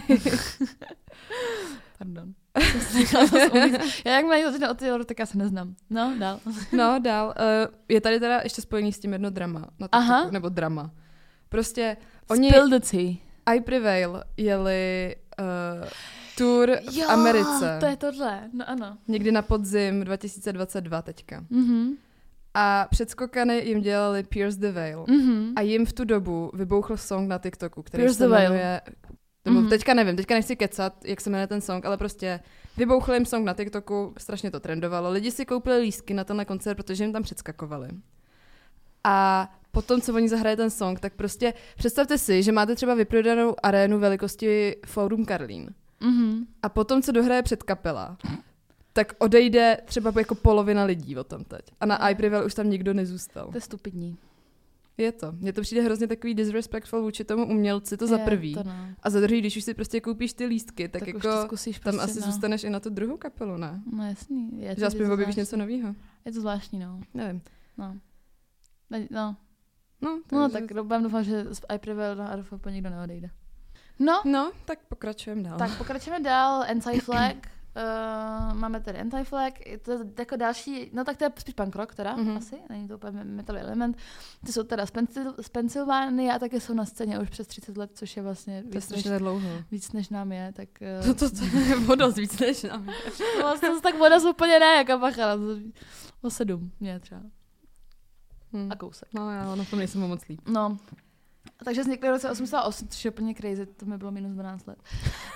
Speaker 1: Pardon. Já jak mají začne o Taylor, tak já se neznám. No, dál.
Speaker 2: No, dál. Je tady teda ještě spojený s tím jedno drama. Na TikToku, nebo drama. Prostě oni
Speaker 1: Spill the tea.
Speaker 2: I Prevail jeli tour v Americe.
Speaker 1: To je tohle, no ano.
Speaker 2: Někdy na podzim 2022 teďka.
Speaker 1: Mhm.
Speaker 2: A předskokany jim dělali Pierce the Veil.
Speaker 1: Mhm.
Speaker 2: A jim v tu dobu vybouchl song na TikToku, který
Speaker 1: Pierce
Speaker 2: se
Speaker 1: the Veil.
Speaker 2: jmenuje... Teďka nevím, teďka nechci kecat, jak se jmenuje ten song, ale prostě vybouchl jim song na TikToku, strašně to trendovalo. Lidi si koupili lístky na tenhle koncert, protože jim tam předskakovali. A potom, co oni zahrají ten song, tak prostě představte si, že máte třeba vyprodanou arénu velikosti Forum Karlín.
Speaker 1: Mhm.
Speaker 2: A potom, co dohraje předkapela, tak odejde třeba jako polovina lidí o tom teď. A na I Prevail už tam nikdo nezůstal.
Speaker 1: To je stupidní.
Speaker 2: Je to. Mně to přijde hrozně takový disrespectful vůči tomu umělci, to za prvý.
Speaker 1: To no.
Speaker 2: A za druhý, když už si prostě koupíš ty lístky, tak
Speaker 1: už
Speaker 2: jako
Speaker 1: to zkusíš
Speaker 2: tam
Speaker 1: prostě,
Speaker 2: asi
Speaker 1: no.
Speaker 2: zůstaneš i na tu druhou kapelu, ne?
Speaker 1: No jasný.
Speaker 2: Že aspoň objevíš něco nového.
Speaker 1: Je to zvláštní, no.
Speaker 2: Nevím.
Speaker 1: No. No,
Speaker 2: No,
Speaker 1: no
Speaker 2: takže-
Speaker 1: tak doufám, že z I Prevail na RFP nikdo neodejde. No,
Speaker 2: tak pokračujeme dál.
Speaker 1: tak pokračujeme dál. Anti-Flag. Máme tady Anti-Flag. To je jako další, no tak to je spíš punk rock teda, asi. Není to úplně metalový element. Ty jsou teda z Pensylvánie a taky jsou na scéně už přes 30 let, což je vlastně
Speaker 2: To je strašně dlouho.
Speaker 1: víc než nám je. Tak,
Speaker 2: To je vodost víc než nám.
Speaker 1: vlastně tak voda úplně ne, jako bacha. O 7 mě třeba. A kousek.
Speaker 2: No já na tom nejsem moc líp.
Speaker 1: No, takže vznikly v roce 88, což je úplně crazy, to mi bylo minus 12 let.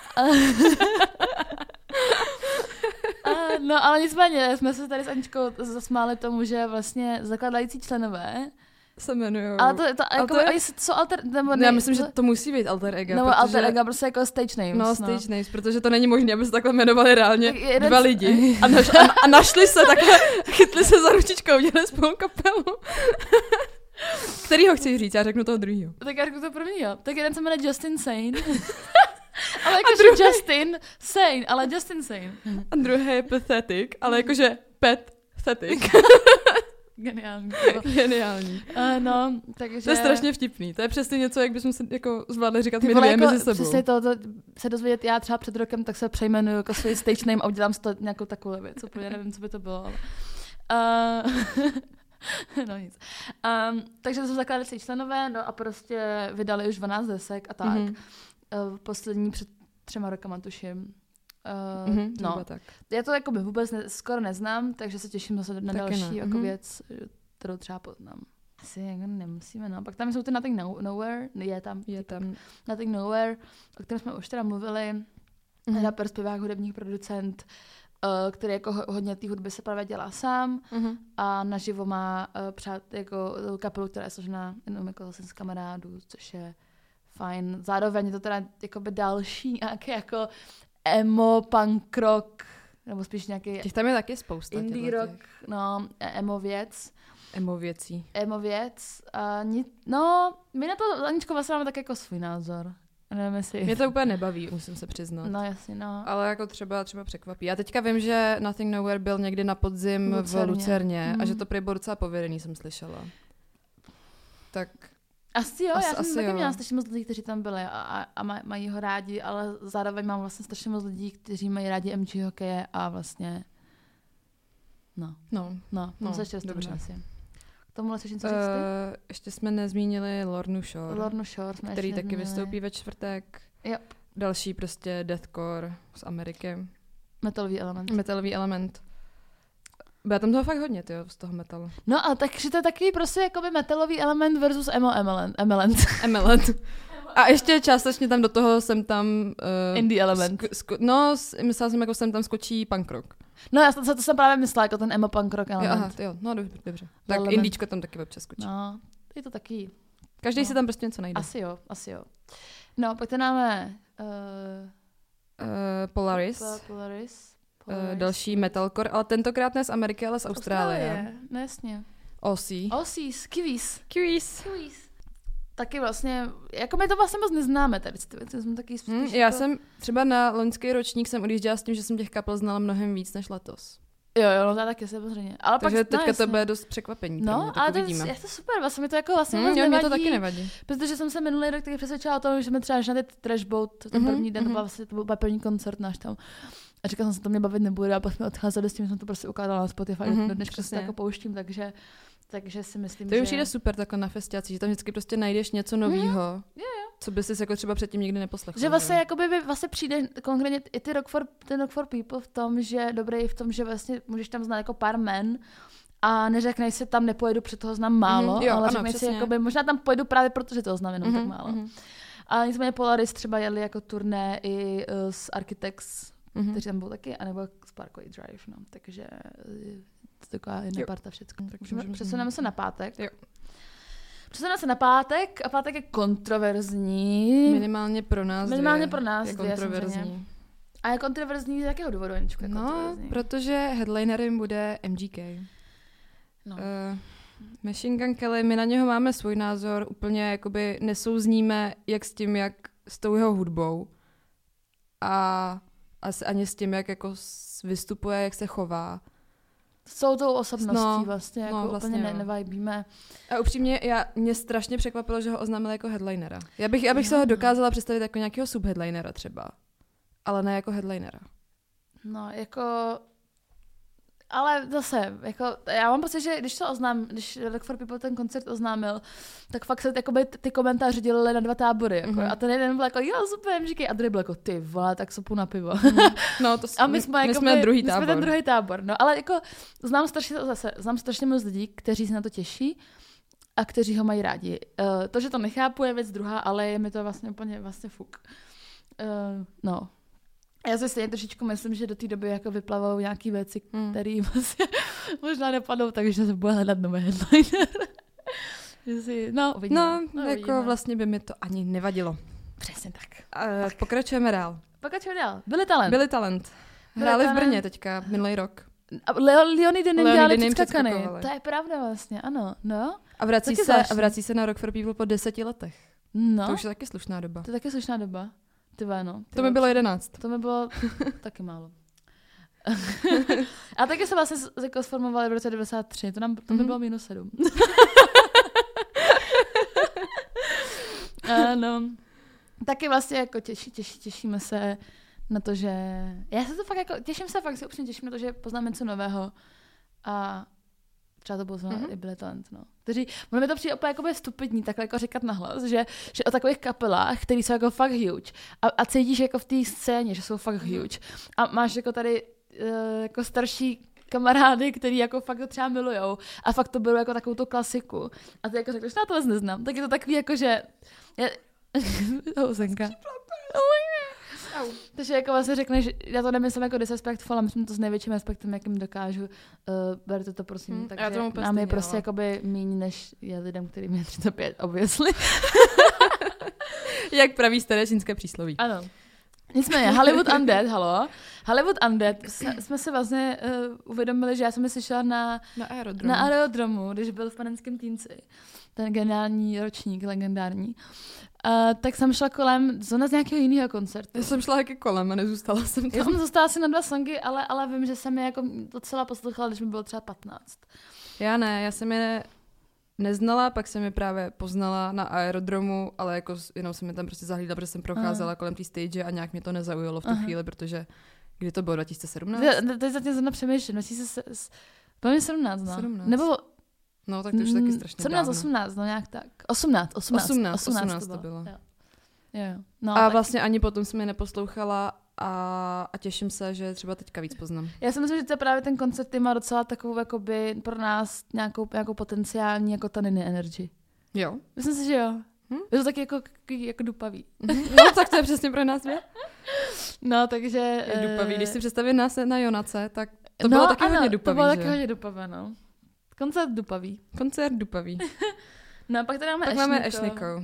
Speaker 1: No, ale nicméně, jsme se tady s Aničkou zasmáli tomu, že vlastně zakladající členové,
Speaker 2: Se jmenujou.
Speaker 1: ale to jako,
Speaker 2: to je-
Speaker 1: oni jsou alter, nebo
Speaker 2: Já myslím, že to musí být alter ego.
Speaker 1: nebo
Speaker 2: protože...
Speaker 1: alter ego, prostě jako stage names.
Speaker 2: No, stage names, protože to není možné, aby se takhle jmenovali reálně
Speaker 1: Tak jeden
Speaker 2: dva
Speaker 1: z-
Speaker 2: lidi. A našli se takhle, chytli se za ručičkou, udělali spolu kapelu. Kterýho chci říct? Já řeknu toho druhýho.
Speaker 1: Tak já řeknu to prvního. Tak jeden se jmenuje Justin Sane. Ale jakože Justin Sane, ale Justin Sane.
Speaker 2: A druhý je pathetic, ale jakože pathetic.
Speaker 1: Geniální.
Speaker 2: Geniální.
Speaker 1: No, takže...
Speaker 2: To je strašně vtipný. To je přesně něco, jak bychom si jako zvládli říkat
Speaker 1: Ty
Speaker 2: my
Speaker 1: vole,
Speaker 2: dvě
Speaker 1: jako
Speaker 2: mezi sebou.
Speaker 1: přesně to se dozvědět já třeba před rokem, tak se přejmenuju jako svůj stage name a udělám si to nějakou takovou věc. Úplně nevím, co by to bylo, ale... no nic. Takže to jsou zakládací členové, no a prostě vydali už 12 desek a tak. Poslední před 3 rokama tuším. No,
Speaker 2: tak.
Speaker 1: já to jako by vůbec skoro neznám, takže se těším zase na
Speaker 2: Taky
Speaker 1: další
Speaker 2: ne.
Speaker 1: jako věc, kterou třeba poznám. Asi jako nemusíme, no. Pak tam jsou ty Nothing Nowhere, je tam Nothing Nowhere, o kterém jsme už teda mluvili. Rapper, zpěvák, hudebník, producent, který jako hodně té hudby se právě dělá sám a naživo má jako kapelu, která je složená jenom jako zase z kamarádů, což je fajn. Zároveň je to teda jakoby další nějaký jako emo, punk rock, nebo spíš nějaký
Speaker 2: Těch tam je taky spousta.
Speaker 1: indie rock, no, emo věc.
Speaker 2: Emo
Speaker 1: věc. No, my na to, Aničko, vlastně máme tak jako svůj názor. Nevím, jestli...
Speaker 2: Mě to úplně nebaví, musím se přiznat.
Speaker 1: No, jasně, no.
Speaker 2: Ale jako třeba překvapí. Já teďka vím, že Nothing Nowhere byl někdy na podzim v Lucerně a že to prý bylo docela povedený, jsem slyšela. Tak...
Speaker 1: Asi jo, já jsem taky
Speaker 2: jo.
Speaker 1: měla strašně moc lidí, kteří tam byli a mají ho rádi, ale zároveň mám vlastně strašně moc lidí, kteří mají rádi MG hokeje a vlastně... No, se ještě
Speaker 2: dobře.
Speaker 1: asi. K tomuhle chceš něco říct ty?
Speaker 2: Ještě jsme nezmínili Lornu Shore.
Speaker 1: Lornu Shore jsme
Speaker 2: který
Speaker 1: ještě
Speaker 2: taky
Speaker 1: nezmínili.
Speaker 2: vystoupí ve čtvrtek.
Speaker 1: Yep.
Speaker 2: Další prostě deathcore z Ameriky.
Speaker 1: Metalový element.
Speaker 2: Byla tam toho fakt hodně, tyjo, z toho metalu.
Speaker 1: No a takže to je takový prostě jakoby metalový element versus element.
Speaker 2: Element. A ještě částečně tam do toho jsem tam...
Speaker 1: Indie element.
Speaker 2: Myslela jsem, jako jsem tam skočí punk rock.
Speaker 1: No já to jsem právě myslela, jako ten emo punk rock element.
Speaker 2: No dobře. Tak
Speaker 1: Element.
Speaker 2: indíčko tam taky občas skočí.
Speaker 1: No, je to taky.
Speaker 2: Každý si tam prostě něco najde.
Speaker 1: Asi jo. No, pak tady máme
Speaker 2: Polaris.
Speaker 1: Polaris.
Speaker 2: Další metalcore, ale tentokrát ne z Ameriky, ale z Austrálie.
Speaker 1: No jasně. Aussies, Kiwis.
Speaker 2: Kiwis.
Speaker 1: Taky vlastně, jako my to vlastně moc neznáme tady, jsme taky spíš
Speaker 2: Já
Speaker 1: jako...
Speaker 2: jsem třeba na loňský ročník jsem odjížděla s tím, že jsem těch kapel znala mnohem víc než letos.
Speaker 1: Jo, no to taky samozřejmě. Ale
Speaker 2: takže
Speaker 1: pak,
Speaker 2: teďka to bude dost překvapení.
Speaker 1: No, ale to je to super, vlastně mi to jako vlastně moc
Speaker 2: nevadí. Mě to taky nevadí.
Speaker 1: Protože jsem se minulý rok taky přesvědčila o tom, že jsme třeba na ty Trashboat, ten první den, to byl první koncert náš tam. A říkala jsem si, to mě bavit nebude, a pak jsme odcházeli s tím, že jsem to prostě ukládala na Spotify, do dneška se to jako pouštím, takže si myslím,
Speaker 2: to že... To už jde super takhle na festiáci, že tam vždycky prostě najdeš něco novýho, co bys si jako třeba předtím nikdy neposlechl.
Speaker 1: Že vlastně jakoby vlastně přijde konkrétně i ten Rock for People v tom, že dobrý v tom, že vlastně můžeš tam znát jako pár men a neřekneš si tam nepojedu, protože toho znám málo, ale řekneš si jakoby, možná tam pojedu právě protože toho znám jenom tak málo. Ale nicméně Polaris třeba jeli jako turné i s Architects, kteří tam byl taky, anebo s Parkway Drive, no, takže to je taková jedna parta všecko. Přesuneme se na pátek.
Speaker 2: Jo.
Speaker 1: Přesuneme se na pátek a pátek je kontroverzní.
Speaker 2: Minimálně pro nás
Speaker 1: je
Speaker 2: kontroverzní.
Speaker 1: Samozřejmě. A je kontroverzní z jakého důvodu, Aničko?
Speaker 2: Protože headlinerem bude MGK.
Speaker 1: No.
Speaker 2: Machine Gun Kelly, my na něho máme svůj názor, úplně jakoby nesouzníme jak s tím, jak s tou jeho hudbou a asi ani s tím, jak jako vystupuje, jak se chová.
Speaker 1: Jsou tou osobností vlastně, jako
Speaker 2: vlastně
Speaker 1: úplně nevajbíme.
Speaker 2: A upřímně, mě strašně překvapilo, že ho oznámili jako headlinera. Já bych se ho dokázala představit jako nějakého subheadlinera třeba, ale ne jako headlinera.
Speaker 1: No, jako... Ale zase, jako, já mám pocit, že když Rock for People ten koncert oznámil, tak fakt se ty komentáře dělily na dva tábory. Jako, a ten jeden byl jako, jo, super, MGK, a druhý byl jako, ty vole, tak sopu na pivo.
Speaker 2: No, to
Speaker 1: a my jsme
Speaker 2: druhý tábor.
Speaker 1: My jsme ten druhý tábor. No, ale jako, znám strašně moc lidí, kteří se na to těší a kteří ho mají rádi. To, že to nechápu, je věc druhá, ale je mi to vlastně úplně fuk. No. Já si stejně trošičku myslím, že do té doby jako vyplavou nějaký věci, které vlastně možná nepadnou, takže se bude hledat nový headliner.
Speaker 2: Uvidíme. Jako vlastně by mi to ani nevadilo.
Speaker 1: Přesně tak.
Speaker 2: Pokračujeme dál. Billy Talent. Hráli v Brně teďka, minulý rok.
Speaker 1: Leonidy nedělali předskakany. To je pravda vlastně, ano. No.
Speaker 2: A vrací se na Rock for People po 10 letech.
Speaker 1: No.
Speaker 2: To už je taky slušná doba.
Speaker 1: To je taky slušná doba.
Speaker 2: To mi bylo 11.
Speaker 1: To mi bylo taky málo. A taky se vlastně jako sformovali v roce 93. To mi bylo -7. No. Taky vlastně jako těšíme se na to, že... Já se to fakt jako... Těším na to, že poznáme něco nového. A třeba to bylo i Billy Talent, no. Ono mi to přijde úplně jako stupidní takhle jako říkat nahlas, že o takových kapelách, který jsou jako fakt huge a cítíš jako v té scéně, že jsou fakt huge a máš jako tady jako starší kamarády, který jako fakt to třeba milujou a fakt to berou jako takovou tu klasiku a ty jako řekneš, já to vůbec neznám, tak je to takový jako, že Housenka. Takže jako vlastně řekneš, já to nemyslím jako disrespectful, ale myslím to s největším respektem, jakým dokážu. Berte to prosím. Takže nám je prostě jakoby míň, než je lidem, kterým je 35, obviously.
Speaker 2: Jak praví staré čínské přísloví.
Speaker 1: Ano. Nicméně, Hollywood Undead, jsme se vlastně uvědomili, že já jsem je slyšela na aerodromu, když byl v Panenském Týnci. Ten geniální ročník, legendární. Tak jsem šla kolem z nějakého jiného koncertu.
Speaker 2: Já jsem šla taky kolem a nezůstala jsem tam.
Speaker 1: Já jsem zůstala asi na 2 songy, ale vím, že jsem je jako docela poslouchala, když mi bylo třeba 15.
Speaker 2: Já ne, já jsem je neznala, pak jsem je právě poznala na aerodromu, ale jako jenom jsem je tam prostě zahlídla, protože jsem procházela kolem té stage a nějak mě to nezaujalo v tu chvíli, protože kdy to bylo 2017?
Speaker 1: Teď zatím zrovna přemýšlím, 2017, no.
Speaker 2: 17.
Speaker 1: Nebo...
Speaker 2: No, tak to už taky strašně
Speaker 1: 17, 18, no nějak tak. 18
Speaker 2: to bylo.
Speaker 1: Jo. No,
Speaker 2: a tak... vlastně ani potom jsem je neposlouchala a těším se, že třeba teďka víc poznám.
Speaker 1: Já si myslím, že to je právě ten koncert, má docela takovou jakoby pro nás nějakou potenciální jako taniny energy.
Speaker 2: Jo.
Speaker 1: Myslím si, že jo. Je to taky jako dupavý.
Speaker 2: No, tak to je přesně pro nás, ne?
Speaker 1: No, takže...
Speaker 2: Je dupavý. Když si představím nás na Jonace, tak to bylo taky hodně dupavý,
Speaker 1: to bylo taky hodně dupavé, no. Koncert dupavý. No a pak tady máme Ešnikou.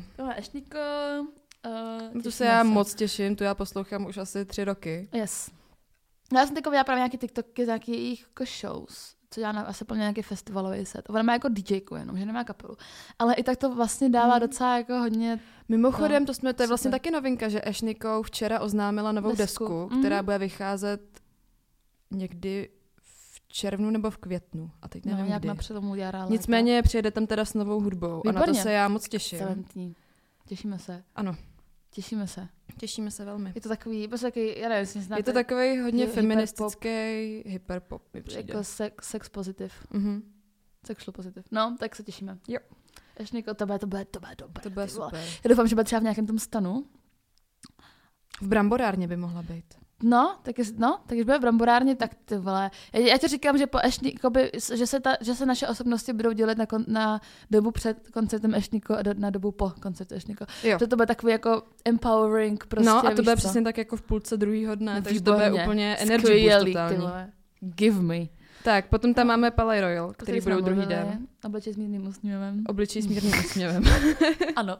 Speaker 2: Tu se já moc těším, tu já poslouchám už asi 3 roky.
Speaker 1: Yes. No já jsem taková právě nějaký TikToky z nějakých jejich jako shows. co dělá asi plně nějaký festivalový set. Ona má jako DJku jenom, že nemá kapelu. Ale i tak to vlastně dává docela jako hodně...
Speaker 2: Mimochodem, to je vlastně taky novinka, že Ash Nikko včera oznámila novou desku, která bude vycházet někdy v červnu nebo v květnu. A teď nevím
Speaker 1: nějak
Speaker 2: kdy.
Speaker 1: na přelomu jara.
Speaker 2: Nicméně přijede tam teda s novou hudbou.
Speaker 1: Výborně.
Speaker 2: A na to se já moc těším.
Speaker 1: Excelentní. Těšíme se.
Speaker 2: Ano.
Speaker 1: Těšíme se.
Speaker 2: Těšíme se velmi.
Speaker 1: Je to takový, já nevím, jestli znáte.
Speaker 2: Je to takový hodně feministický hyperpop, mi přijde.
Speaker 1: Jako sex pozitiv. Sexual pozitiv. No, tak se těšíme.
Speaker 2: Jo.
Speaker 1: Ještě jako to bude dobré.
Speaker 2: To bude super.
Speaker 1: Já doufám, že bude třeba v nějakém tom stanu.
Speaker 2: V Bramborárně by mohla být.
Speaker 1: No, tak když bude v Bramborárně, tak ty vole. Já ti říkám, že že se naše osobnosti budou dělit na dobu před koncertem Ešníko a na dobu po koncertu Ešníko. Že to bude takový jako empowering prostě.
Speaker 2: No a to bude přesně tak jako v půlce druhého dne, takže to bude úplně energy boost totální.
Speaker 1: Give me.
Speaker 2: Tak, potom tam máme Palais Royal, který budou druhý den.
Speaker 1: Obličej s mírným úsměvem.
Speaker 2: Obličej s mírným úsměvem.
Speaker 1: Ano.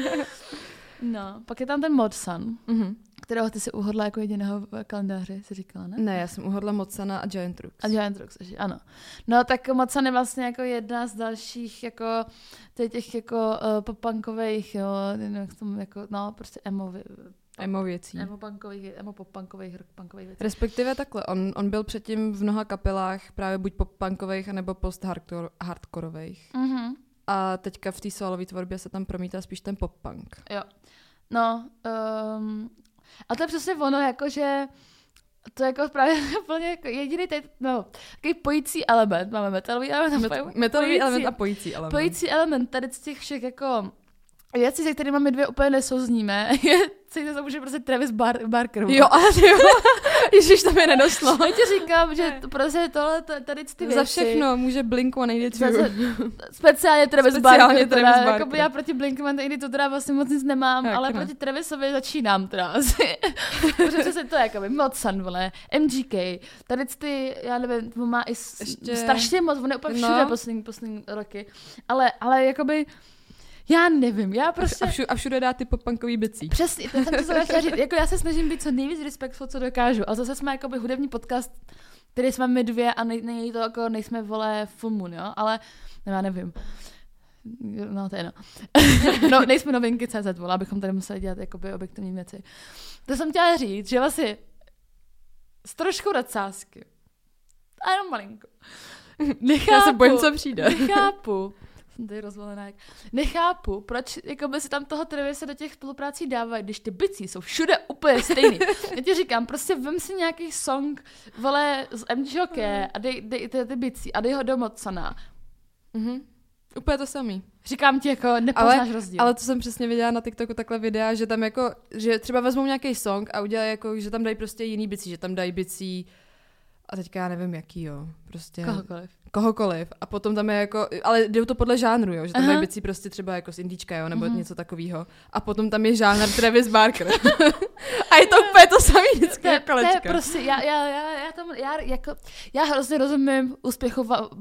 Speaker 1: No, pak je tam ten Modsan, kterého ty si uhodla jako jediného v kalendáři, si říkala, ne?
Speaker 2: Ne, já jsem uhodla Modsana a Giant Rooks.
Speaker 1: A Giant Rooks, ano. No, tak Modsan je vlastně jako jedna z dalších jako těch jako pop-punkových, jo, jak tomu jako, no, prostě
Speaker 2: emo věcí.
Speaker 1: Emo pop-punkových, rock-punkových věcí.
Speaker 2: Respektive takhle, on byl předtím v mnoha kapelách právě buď pop-punkových, anebo post-hardkorových. A teďka v té solové tvorbě se tam promítá spíš ten pop-punk.
Speaker 1: Jo. No, a to je přesně ono, jakože to je jako právě úplně jako jediný takový pojící element. Máme metalový element
Speaker 2: element a pojící element.
Speaker 1: Pojící element tady z těch všech jako věcí, se kterými my dvě úplně nesouzníme, je cítíte to může prostě Travis Barker.
Speaker 2: Jo, ale jo. Ježiš, to mi nedošlo.
Speaker 1: Já ti říkám, že prostě tohle, tady ty věci.
Speaker 2: Za všechno může Blink-182.
Speaker 1: Speciálně Travis Barker. Jakoby já proti Blink-182 to teda vlastně moc nic nemám, ale proti Travisovi začínám teda asi. Protože přesně to je jakoby Modsan, vole, MGK, tady ty, já nevím, to má i strašně moc, on je úplně všude poslední roky, ale jakoby já nevím, já prostě...
Speaker 2: A všude dá ty pop-punkový bicí.
Speaker 1: Přesně, to jsem to chtěla říct. Jako já se snažím být co nejvíc respectful, co dokážu. Ale zase jsme jakoby hudební podcast, který jsme my dvě a není to jako, nejsme, vole, full moon, jo? Ale, já nevím. No, to je no, nejsme novinky CZ, vole, abychom tady museli dělat jakoby objektivní věci. To jsem chtěla říct, že vlastně s trošku nadsázky. A jenom malinko.
Speaker 2: Já se bojím, co přijde.
Speaker 1: Nechápu. Jsem tady rozvolená. Nechápu, proč jakoby si tam toho Travise do těch spoluprácí dávají, když ty bicí jsou všude úplně stejný. Já ti říkám, prostě vem si nějaký song, vole, z MGK a dej ty bicí a dej ho do Modsana.
Speaker 2: Úplně to samý.
Speaker 1: Říkám ti, jako nepoznáš rozdíl.
Speaker 2: Ale to jsem přesně viděla na TikToku takhle videa, že tam jako, že třeba vezmou nějaký song a udělají jako, že tam dají prostě jiný bicí, že tam dají bicí a teďka já nevím jaký, jo. Prostě kohokoliv. A potom tam je jako, ale jdou to podle žánru, jo, že tam dají bicí prostě třeba jako z indíčka, jo, nebo něco takového. A potom tam je žánr Travis Barker. A je to úplně to samý vždycky jako
Speaker 1: kolečka. To je prostě, já hrozně rozumím úspěchu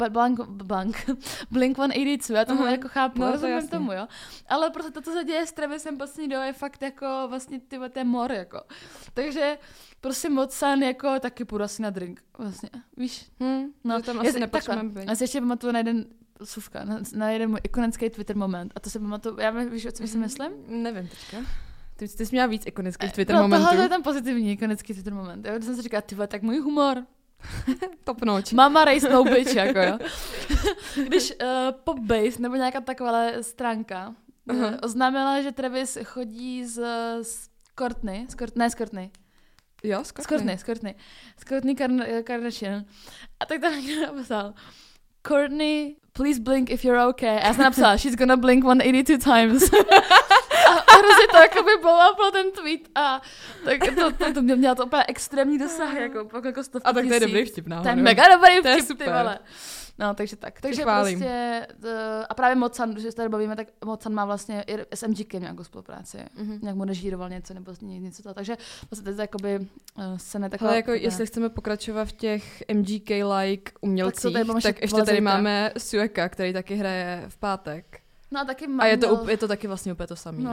Speaker 1: Blink-182, já tomu jako chápu, rozumím tomu, jo. Ale prostě to, co se děje s Travisem poslední dobou, je fakt jako vlastně to je mor, jako. Takže prostě Modsan jako taky půjdu asi na drink, vlastně, víš?
Speaker 2: No, tam asi nepotřebujeme být.
Speaker 1: Já si ještě pamatuju na jeden můj ikonický Twitter moment, a to si pamatuju, víš, o co si myslím?
Speaker 2: Nevím, teďka. Ty jsi měla víc ikonických Twitter momentů.
Speaker 1: Tohle je ten pozitivní ikonický Twitter moment. Já jsem si říkala, tyhle, tak můj humor.
Speaker 2: Top notch.
Speaker 1: Mama race no bitch, jako jo. Když Popbase, nebo nějaká taková stránka, oznámila, že Travis chodí z Courtney.
Speaker 2: Jo,
Speaker 1: z Courtney Kardashian. A tak tam někdo napsal, Courtney, please blink if you're okay. A já jsem napsala, she's gonna blink 182 times. A hrozně to jako by bylo ten tweet. A tak to mělo to úplně extrémní dosah, jako stovky.
Speaker 2: A tak to je dobrý vtip, náhodou.
Speaker 1: To je mega dobrý
Speaker 2: to
Speaker 1: vtip, ty vole. No, takže tak. Takže prostě, a právě Modsan, když se tady bavíme, tak Modsan má vlastně i s MGK nějakou spolupráci. Nějak mu režíroval něco, nebo něco toho. Takže vlastně to je jakoby scéna taková.
Speaker 2: Ale jako jestli chceme pokračovat v těch MGK-like umělcích, tak ještě tady máme Sueka, který taky hraje v pátek.
Speaker 1: No a taky
Speaker 2: a je to taky vlastně úplně to samé.
Speaker 1: No,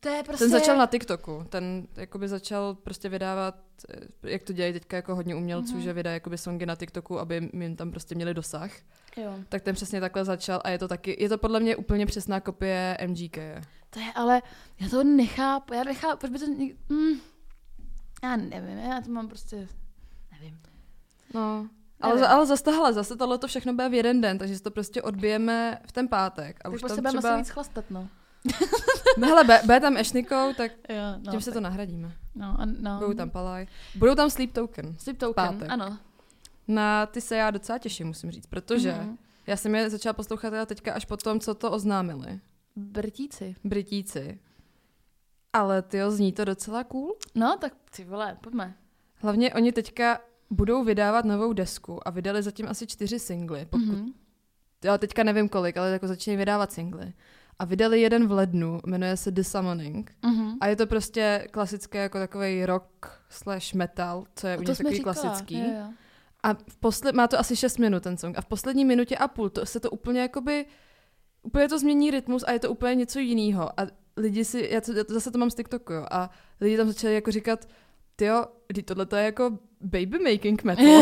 Speaker 1: To je prostě...
Speaker 2: Ten začal na TikToku, ten jakoby začal prostě vydávat, jak to dělají teďka jako hodně umělců, že vydají jakoby songy na TikToku, aby jim tam prostě měli dosah.
Speaker 1: Jo.
Speaker 2: Tak ten přesně takhle začal a je to podle mě úplně přesná kopie MGK.
Speaker 1: To je, ale já to nechápu, proč by to... Já nevím, já to mám prostě... Nevím.
Speaker 2: No, ale zase tohle všechno bude v jeden den, takže si to prostě odbijeme v ten pátek. A
Speaker 1: tak
Speaker 2: už
Speaker 1: prostě
Speaker 2: tam
Speaker 1: budeme se víc chlastat, no.
Speaker 2: No hele, bude tam Ešnikou, tak
Speaker 1: Jo, no,
Speaker 2: tím se to nahradíme.
Speaker 1: No.
Speaker 2: Budou tam Palaj. Budou tam Sleep Token.
Speaker 1: Sleep Token,
Speaker 2: pátek.
Speaker 1: ano.
Speaker 2: Na ty se já docela těším, musím říct, protože já jsem je začala poslouchat teda teďka až po tom, co to oznámili. Britíci. Ale tyjo, zní to docela cool.
Speaker 1: No, tak ty vole, pojďme.
Speaker 2: Hlavně oni teďka budou vydávat novou desku a vydali zatím asi 4 singly. Já teďka nevím kolik, ale jako začínají vydávat singly. A vydali jeden v lednu, jmenuje se The Summoning. A je to prostě klasické jako takovej rock / metal, co je u nich takový klasický.
Speaker 1: Jo.
Speaker 2: A má to asi 6 minut ten song. A v poslední minutě a půl se to úplně jakoby... Úplně to změní rytmus a je to úplně něco jiného. A lidi zase to mám z TikToku, jo. A lidi tam začali jako říkat, tyjo, tohle to je jako baby making metal.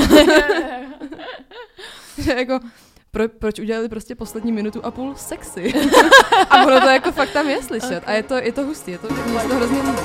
Speaker 2: Jako... Proč udělali prostě poslední minutu a půl sexy? A ono to jako fakt tam je slyšet. Okay. A je to hustý, mě se to hrozně líbí.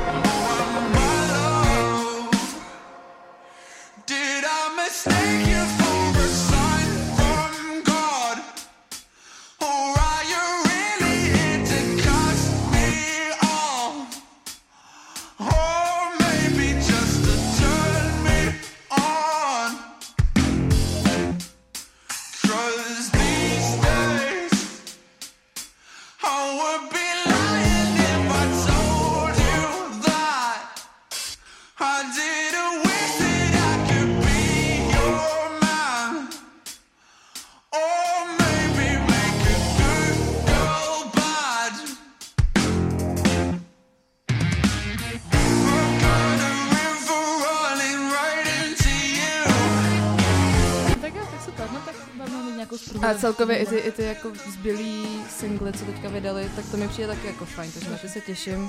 Speaker 2: A celkově i ty jako zbylý singly, co teďka vydali, tak to mi přijde taky jako fajn, takže na to se těším.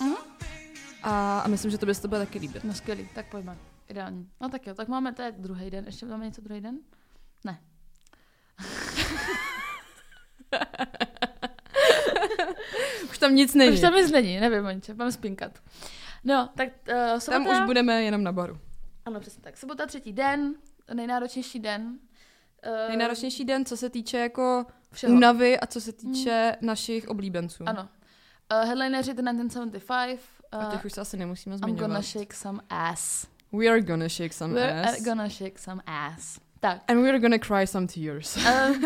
Speaker 2: A myslím, že to by se to bude taky líbit.
Speaker 1: No skvělý, tak pojďme. Ideální. No tak jo, tak máme, to je druhý den, ještě máme něco druhý den? Ne.
Speaker 2: Už tam nic není.
Speaker 1: Už tam nic není, nevím o ničem, mám spinkat. No, tak sobota...
Speaker 2: Tam už budeme jenom na baru.
Speaker 1: Ano, přesně tak. Sobota, 3. den, nejnáročnější den.
Speaker 2: Nejnáročnější den, co se týče jako únavy a co se týče našich oblíbenců.
Speaker 1: Ano. Headlineři The 1975.
Speaker 2: A těch už se asi nemusíme zmiňovat.
Speaker 1: I'm gonna shake some ass.
Speaker 2: We are gonna shake some ass.
Speaker 1: We're gonna shake some ass. Tak.
Speaker 2: And we're gonna cry some tears.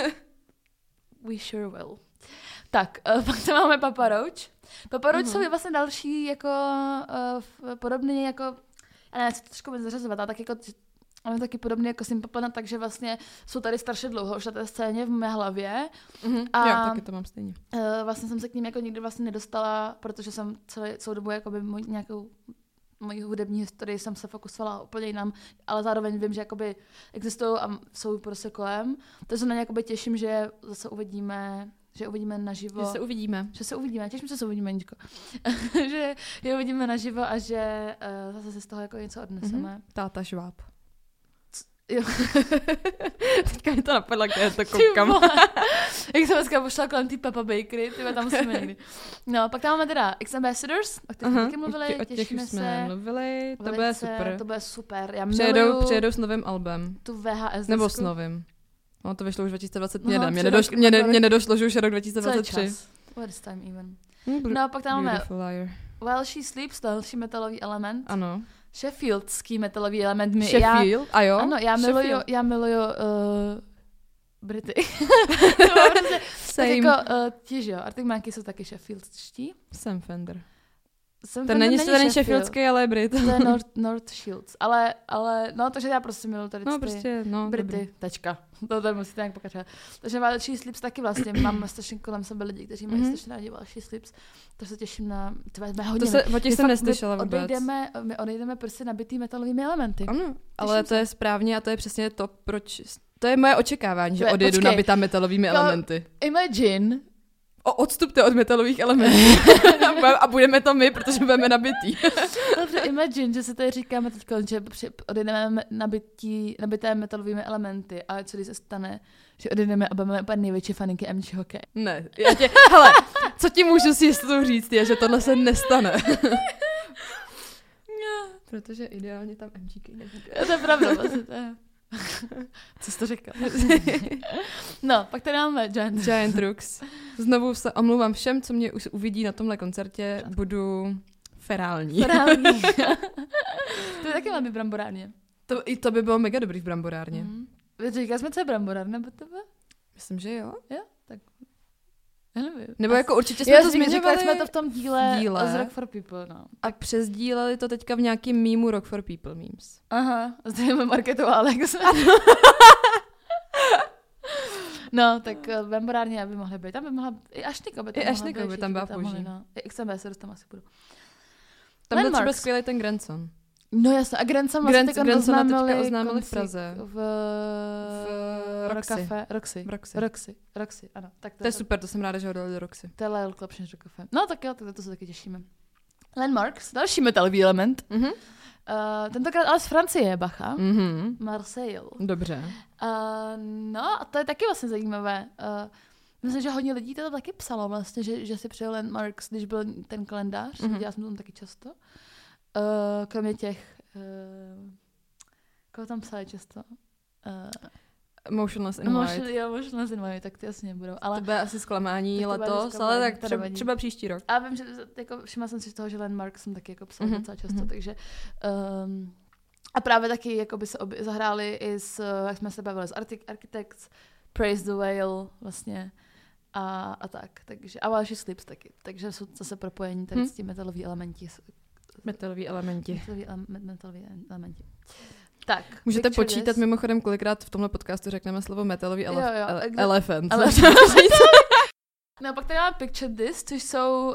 Speaker 1: We sure will. Tak, pak tam máme Papa Roach. Papa Roach jsou vlastně další jako podobně jako, já nevím, co to trošku bude zařazovat, ale tak jako ale taky podobně jako Simple Plan, takže vlastně jsou tady strašně dlouho už na té scéně v mé hlavě.
Speaker 2: A jo, taky to mám stejně.
Speaker 1: Vlastně jsem se k ním jako nikdy vlastně nedostala, protože jsem celou dobu jakoby nějakou moji hudební historii jsem se fokusovala úplně jinam, ale zároveň vím, že jakoby existují a jsou prostě kolem. Takže se na ně jakoby těším, že zase uvidíme naživo.
Speaker 2: Že se uvidíme.
Speaker 1: Těším se uvidíme, Ničko. Že je uvidíme naživo a že zase si z toho jako něco odneseme.
Speaker 2: Táta Šváb.
Speaker 1: Jo.
Speaker 2: Teďka mi to napadlo, když já to koukám.
Speaker 1: Jak jsem dneska pošla kolem tý Papa Bakery, tam musíme někdy. No, pak tam máme teda X Ambassadors, o kterých taky mluvili, těšíme se.
Speaker 2: Mluvili, to bude super.
Speaker 1: To bude super. Já
Speaker 2: přijedou s novým albem.
Speaker 1: Tu VHS.
Speaker 2: Nebo s novým. No, to vyšlo už 2021. Mně nedošlo, že už je rok 2023.
Speaker 1: What is time even? No, pak tam máme While She Sleeps, další metalový element.
Speaker 2: Ano.
Speaker 1: Sheffieldský metalový element.
Speaker 2: Sheffield? A jo?
Speaker 1: Ano, já miluju Brity.
Speaker 2: Same.
Speaker 1: Tak jako ti, že jo, Arctic Monkeys jsou taky Sheffieldští.
Speaker 2: Sam Fender.
Speaker 1: Ten není
Speaker 2: Sheffieldský, ale je Brit.
Speaker 1: To je North Shields. Ale, no, takže já prostě miluji tady Brity. Dobrý. Tečka. To musíte nějak pokračovat. Takže While She Sleeps taky vlastně. Mám strašně kolem sebe lidi, kteří mají strašně rádi While She Sleeps. Takže se těším na...
Speaker 2: O těch jsem neslyšela vůbec.
Speaker 1: My odejdeme prostě nabitý metalovými elementy.
Speaker 2: Ano, ale to je správně a to je přesně to, proč... To je moje očekávání, že odjedu nabitá metalovými elementy.
Speaker 1: Imagine
Speaker 2: Odstupte od metalových elementů. A budeme to my, protože budeme nabitý.
Speaker 1: Dobře, imagine, že se tady říkáme teď, že odejdeme nabité metalovými elementy, ale co když se stane, že odejdeme a budeme úplně největší faninky MG hokej.
Speaker 2: Ne, hele, co ti můžu si jistotou říct je, že tohle se nestane. Protože ideálně tam MGK nebude.
Speaker 1: To je pravda, vlastně to je. Co jsi to říkal? No, pak tady máme
Speaker 2: Giant Rooks. Znovu se omlouvám všem, co mě už uvidí na tomhle koncertě. Budu ferální.
Speaker 1: To je taky má být bramborárně.
Speaker 2: To by bylo mega dobrý v bramborárně.
Speaker 1: Říkali jsme, co je bramborárna pro tebe?
Speaker 2: Myslím, že jo.
Speaker 1: Jo? Tak já nevím.
Speaker 2: Nebo jako určitě jsme to zmiňovali.
Speaker 1: Říkali jsme to v tom díle z Rock for People, no.
Speaker 2: A přesdíleli to teďka v nějakým mýmu Rock for People memes.
Speaker 1: Aha, zde je Marketu Alex. No, tak bramborárně by mohly být. Tam by mohla, i Ašniko by tam mohla být. I
Speaker 2: Ašniko by tam byla boží.
Speaker 1: No. I XMB se tam asi budu.
Speaker 2: Tam byl třeba skvělý ten Grandson.
Speaker 1: No jasně, a Grandson vlastně teďka
Speaker 2: oznámili v Praze.
Speaker 1: V Roxy, ano. Tak
Speaker 2: to je super, to jsem ráda, že ho dali do Roxy.
Speaker 1: To je lepší než do kafe. No tak jo, tak to se taky těšíme. Landmarks, další metalový element. Tentokrát ale z Francie, bacha. Marseille.
Speaker 2: Dobře.
Speaker 1: No a to je taky vlastně zajímavé. Myslím, že hodně lidí to taky psalo vlastně, že si přijel Landmarks, když byl ten kalendář. Dělala jsem to tam taky často. Kromě těch... koho tam psali často?
Speaker 2: Motionless in White.
Speaker 1: Motionless in White, tak ty asi nebudou. Ale
Speaker 2: to bude asi zklamání letos, ale tak třeba příští rok.
Speaker 1: A vím, že jako, všimla jsem si z toho, že Landmark jsem taky jako psala docela často, takže... a právě taky jako by se zahráli i s, jak jsme se bavili, s Architects, Praise the Whale vlastně a tak. Takže, a Welsh Sleeps taky. Takže jsou zase propojení tady s tím metalový elementi.
Speaker 2: Metalový elementi.
Speaker 1: Tak.
Speaker 2: Můžete počítat mimochodem, kolikrát v tomhle podcastu řekneme slovo metalový elephant.
Speaker 1: No pak tady máme Picture This, což jsou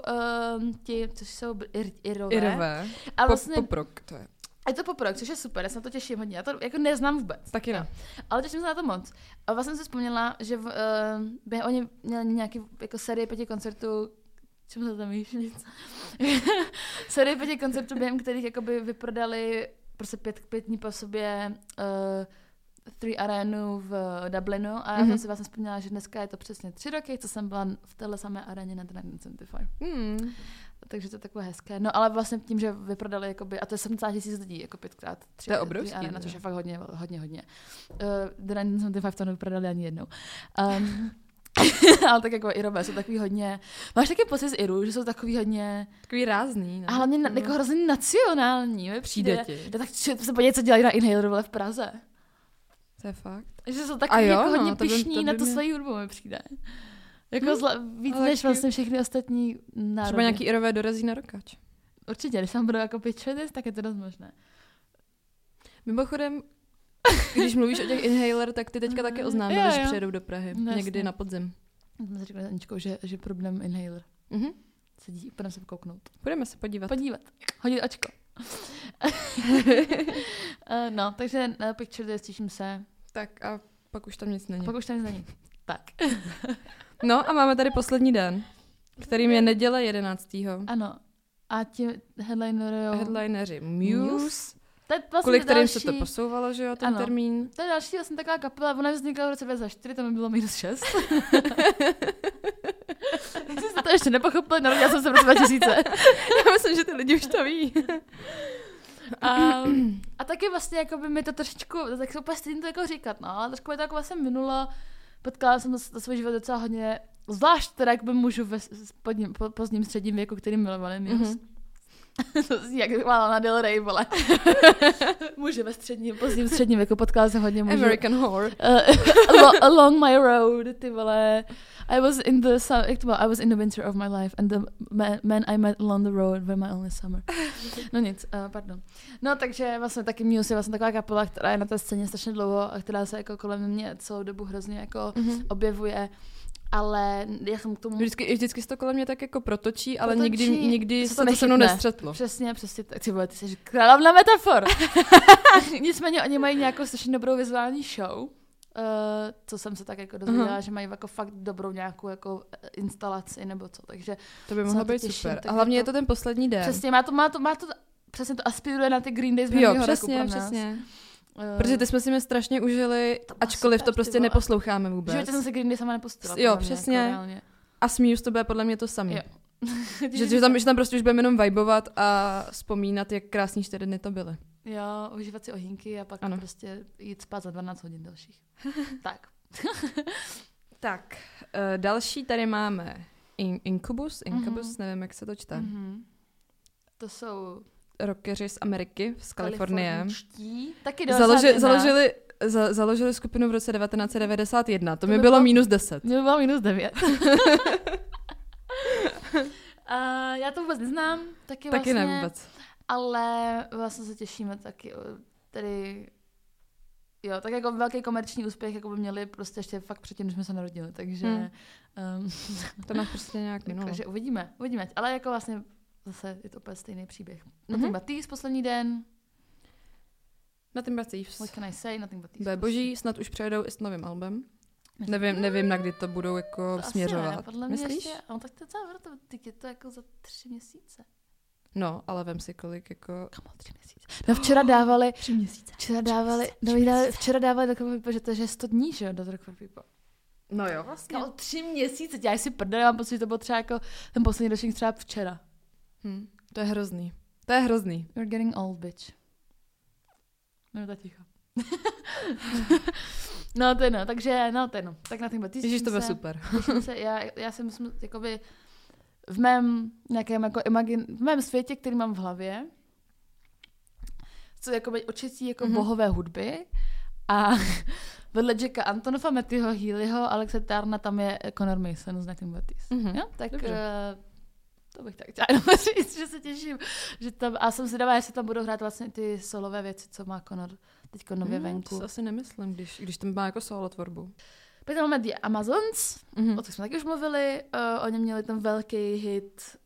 Speaker 1: Irové. A vlastně
Speaker 2: Poprok to je.
Speaker 1: Je to poprok, což je super, já se na to těším hodně. Já to jako neznám vůbec.
Speaker 2: Taky ne.
Speaker 1: Ale těším se na to moc. A vlastně jsem si vzpomněla, že oni měli nějaký jako série 5 koncertů. Čemu to tam víš? Nic. Série 5 koncertů, během kterých jakoby vyprodali prostě 5 dní po sobě 3 arénu v Dublinu. A já jsem si vlastně vzpomněla, že dneska je to přesně 3 roky, co jsem byla v téhle samé aréně na 1975. Takže to je takové hezké. No ale vlastně tím, že vyprodali, jakoby, a to je 70 000 lidí, jako 5x3.
Speaker 2: To je obrovský.
Speaker 1: Což je fakt hodně. The 1975 to nevyprodali ani jednou. Ale tak jako Irové jsou takový hodně... Máš taky pocit z Irů, že jsou takový hodně...
Speaker 2: Takový rázný, ne?
Speaker 1: A hlavně jako hrozně nacionální.
Speaker 2: Přijde ti.
Speaker 1: Tak se podívej, co dělají na Inhaleru v Praze.
Speaker 2: To je fakt.
Speaker 1: Že jsou takový jako hodně pyšní na to svojí hudbu, mi přijde. Jako víc než vlastně všechny ostatní národy.
Speaker 2: Třeba nějaký Irové dorazí na Rokač.
Speaker 1: Určitě, když tam budou jako Picture This, tak je to dost možné.
Speaker 2: Mimochodem, když mluvíš o těch Inhaler, tak ty teďka taky oznámili, že přijedou do Prahy. Někdy na podzim.
Speaker 1: Jsme si řekli s Aničkou, že problém Inhaler. Sedí, půjdeme se kouknout.
Speaker 2: Půjdeme se podívat.
Speaker 1: Hodit očko. No, takže na Picture This těším se.
Speaker 2: Tak a pak už tam nic není.
Speaker 1: Tak.
Speaker 2: No a máme tady poslední den, kterým je neděle 11.
Speaker 1: Ano. A ti
Speaker 2: headlineři Muse.
Speaker 1: Vlastně
Speaker 2: kvůli kterým se to posouvalo, že jo, ten termín.
Speaker 1: To je další vlastně taková kapela, ona vznikla v roce 2004, tam bylo -6. Jestli jste to ještě nepochopili, narodila jsem se v roce 2000.
Speaker 2: Já myslím, že ty lidi už to ví.
Speaker 1: A taky vlastně jako by mi to trošičku, tak se úplně stejně to jako říkat, no, ale trošku mi to jako vlastně minulo, potkala jsem to svůj život docela hodně, zvlášť teda jak by mužů v pozdním středním věku, který milovali Muse. To zní jak Lana Del Rey, vole. Muži ve pozdním středním věku, potkala jsem hodně mužů.
Speaker 2: American Whore.
Speaker 1: Along my road, ty vole. I was in the winter of my life and the men I met along the road were my only summer. No nic, pardon. No takže vlastně taky Muse je vlastně taková kapela, která je na té scéně strašně dlouho a která se jako kolem mě celou dobu hrozně jako objevuje. Ale já jsem k tomu...
Speaker 2: Vždycky se to kolem mě tak jako protočí, ale nikdy se to se mnou nestřetlo.
Speaker 1: Přesně, tak ty vole, ty jsi královna metafor. Nicméně oni mají nějakou strašně dobrou vizuální show. co jsem se tak jako dozvěděla, že mají jako fakt dobrou nějakou jako instalaci nebo co, takže
Speaker 2: to by mohlo být
Speaker 1: těším,
Speaker 2: super. A hlavně je to ten poslední den.
Speaker 1: Přesně, má to přesně to aspiruje na ty Green Days. Jo,
Speaker 2: přesně. Protože ty jsme si mě strašně užili, ačkoliv to prostě neposloucháme vůbec.
Speaker 1: V životě jsem se Green Day sama nepustila.
Speaker 2: Jo, přesně.
Speaker 1: Jako
Speaker 2: a Smíus to bude podle mě to samé. že tam prostě už budeme jenom vibovat a vzpomínat, jak krásný 4 dny to byly.
Speaker 1: Jo, užívat si ohýnky a pak prostě jít spát za 12 hodin dalších. Tak.
Speaker 2: Tak, další tady máme Incubus, nevím, jak se to čte.
Speaker 1: To jsou
Speaker 2: rockeři z Ameriky, z Kalifornie.
Speaker 1: Taky
Speaker 2: založili skupinu v roce 1991. To mi bylo -10.
Speaker 1: Mě bylo -9. Já to vůbec neznám. Taky vlastně,
Speaker 2: ne vůbec.
Speaker 1: Ale vlastně se těšíme taky. Tedy, jo, tak jako velký komerční úspěch jako by měli prostě ještě fakt předtím, než jsme se narodili. Takže
Speaker 2: to nás prostě nějak minulo.
Speaker 1: Takže uvidíme. Ale jako vlastně zase je to úplně stejný příběh. Nothing But Thieves, poslední den.
Speaker 2: Nothing But Thieves.
Speaker 1: What can I say? Nothing But Thieves.
Speaker 2: Bude boží, snad už přejedou i s novým albem. Nevím, na kdy to budou jako to směřovat.
Speaker 1: Podle mě ještě, tak to je to jako za 3 měsíce.
Speaker 2: No, ale vem si kolik jako...
Speaker 1: Kamo, 3 měsíce. No včera dávali...
Speaker 2: 3 měsíce.
Speaker 1: Včera dávali takové People, že to je 100 dní, že jo, do Rock for People.
Speaker 2: No jo, vlastně.
Speaker 1: Kamo, 3 měsíce, děláš si prdel, mám pocit, že to bylo třeba jako ten poslední ročník třeba včera.
Speaker 2: To je hrozný. To je hrozný.
Speaker 1: You're getting old, bitch. Minuta ticha. Takže tak na tím
Speaker 2: Ježíš, to bylo super.
Speaker 1: Já si myslím, jakoby v mém nějakém jako v mém světě, který mám v hlavě, co jakoby očistí jako bohové hudby a vedle Jacka Antonofa, Mattyho Healyho, Alexe Tarna, tam je Conor Mason z Nothing But Thieves. Jo? Tak to bych tak chtěla jenom říct, že se těším. Že tam, a jsem si dává, jestli tam budou hrát vlastně ty solové věci, co má Conor teďko nově venku.
Speaker 2: To si asi nemyslím, když tam má jako solo tvorbu.
Speaker 1: Pak tam máme The Amazons, o tom jsme taky už mluvili. Oni měli ten velký hit,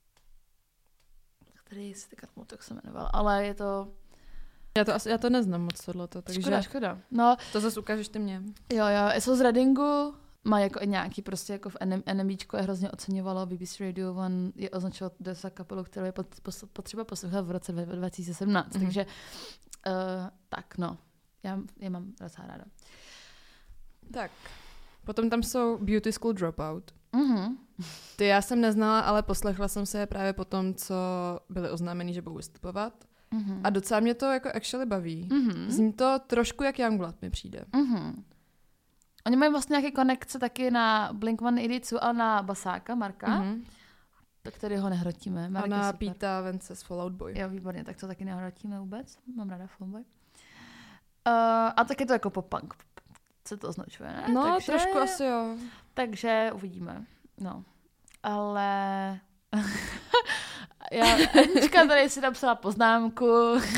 Speaker 1: který si teďka jak se jmenoval, ale je to...
Speaker 2: Já to neznám moc tohleto, takže...
Speaker 1: Škoda. No,
Speaker 2: to zase ukážeš ty mě.
Speaker 1: Jo, jsou z Readingu, má jako i nějaký prostě jako v NMBčko je hrozně oceňovalo, BBC Radio One je označilo za kapelu, kterou je potřeba poslouchat v roce 2017, takže tak no, já je mám docela ráda.
Speaker 2: Tak, potom tam jsou Beauty School Dropout. Ty já jsem neznala, ale poslechla jsem se je právě po tom, co byly oznámení, že budou vystupovat. A docela mě to jako actually baví. Zní to trošku jak Youngblood mi přijde.
Speaker 1: Oni mají vlastně nějaké konekce taky na Blink-182 a na basáka Marka, tak tady ho nehrotíme.
Speaker 2: A na Píta Vence z Fall Out Boy.
Speaker 1: Jo, výborně, tak to taky nehrotíme vůbec. Mám ráda Fall Out Boy. A tak je to jako pop-punk. Co to označuje, ne?
Speaker 2: No, takže, trošku asi jo.
Speaker 1: Takže uvidíme. No, ale... Anička tady si napsala poznámku,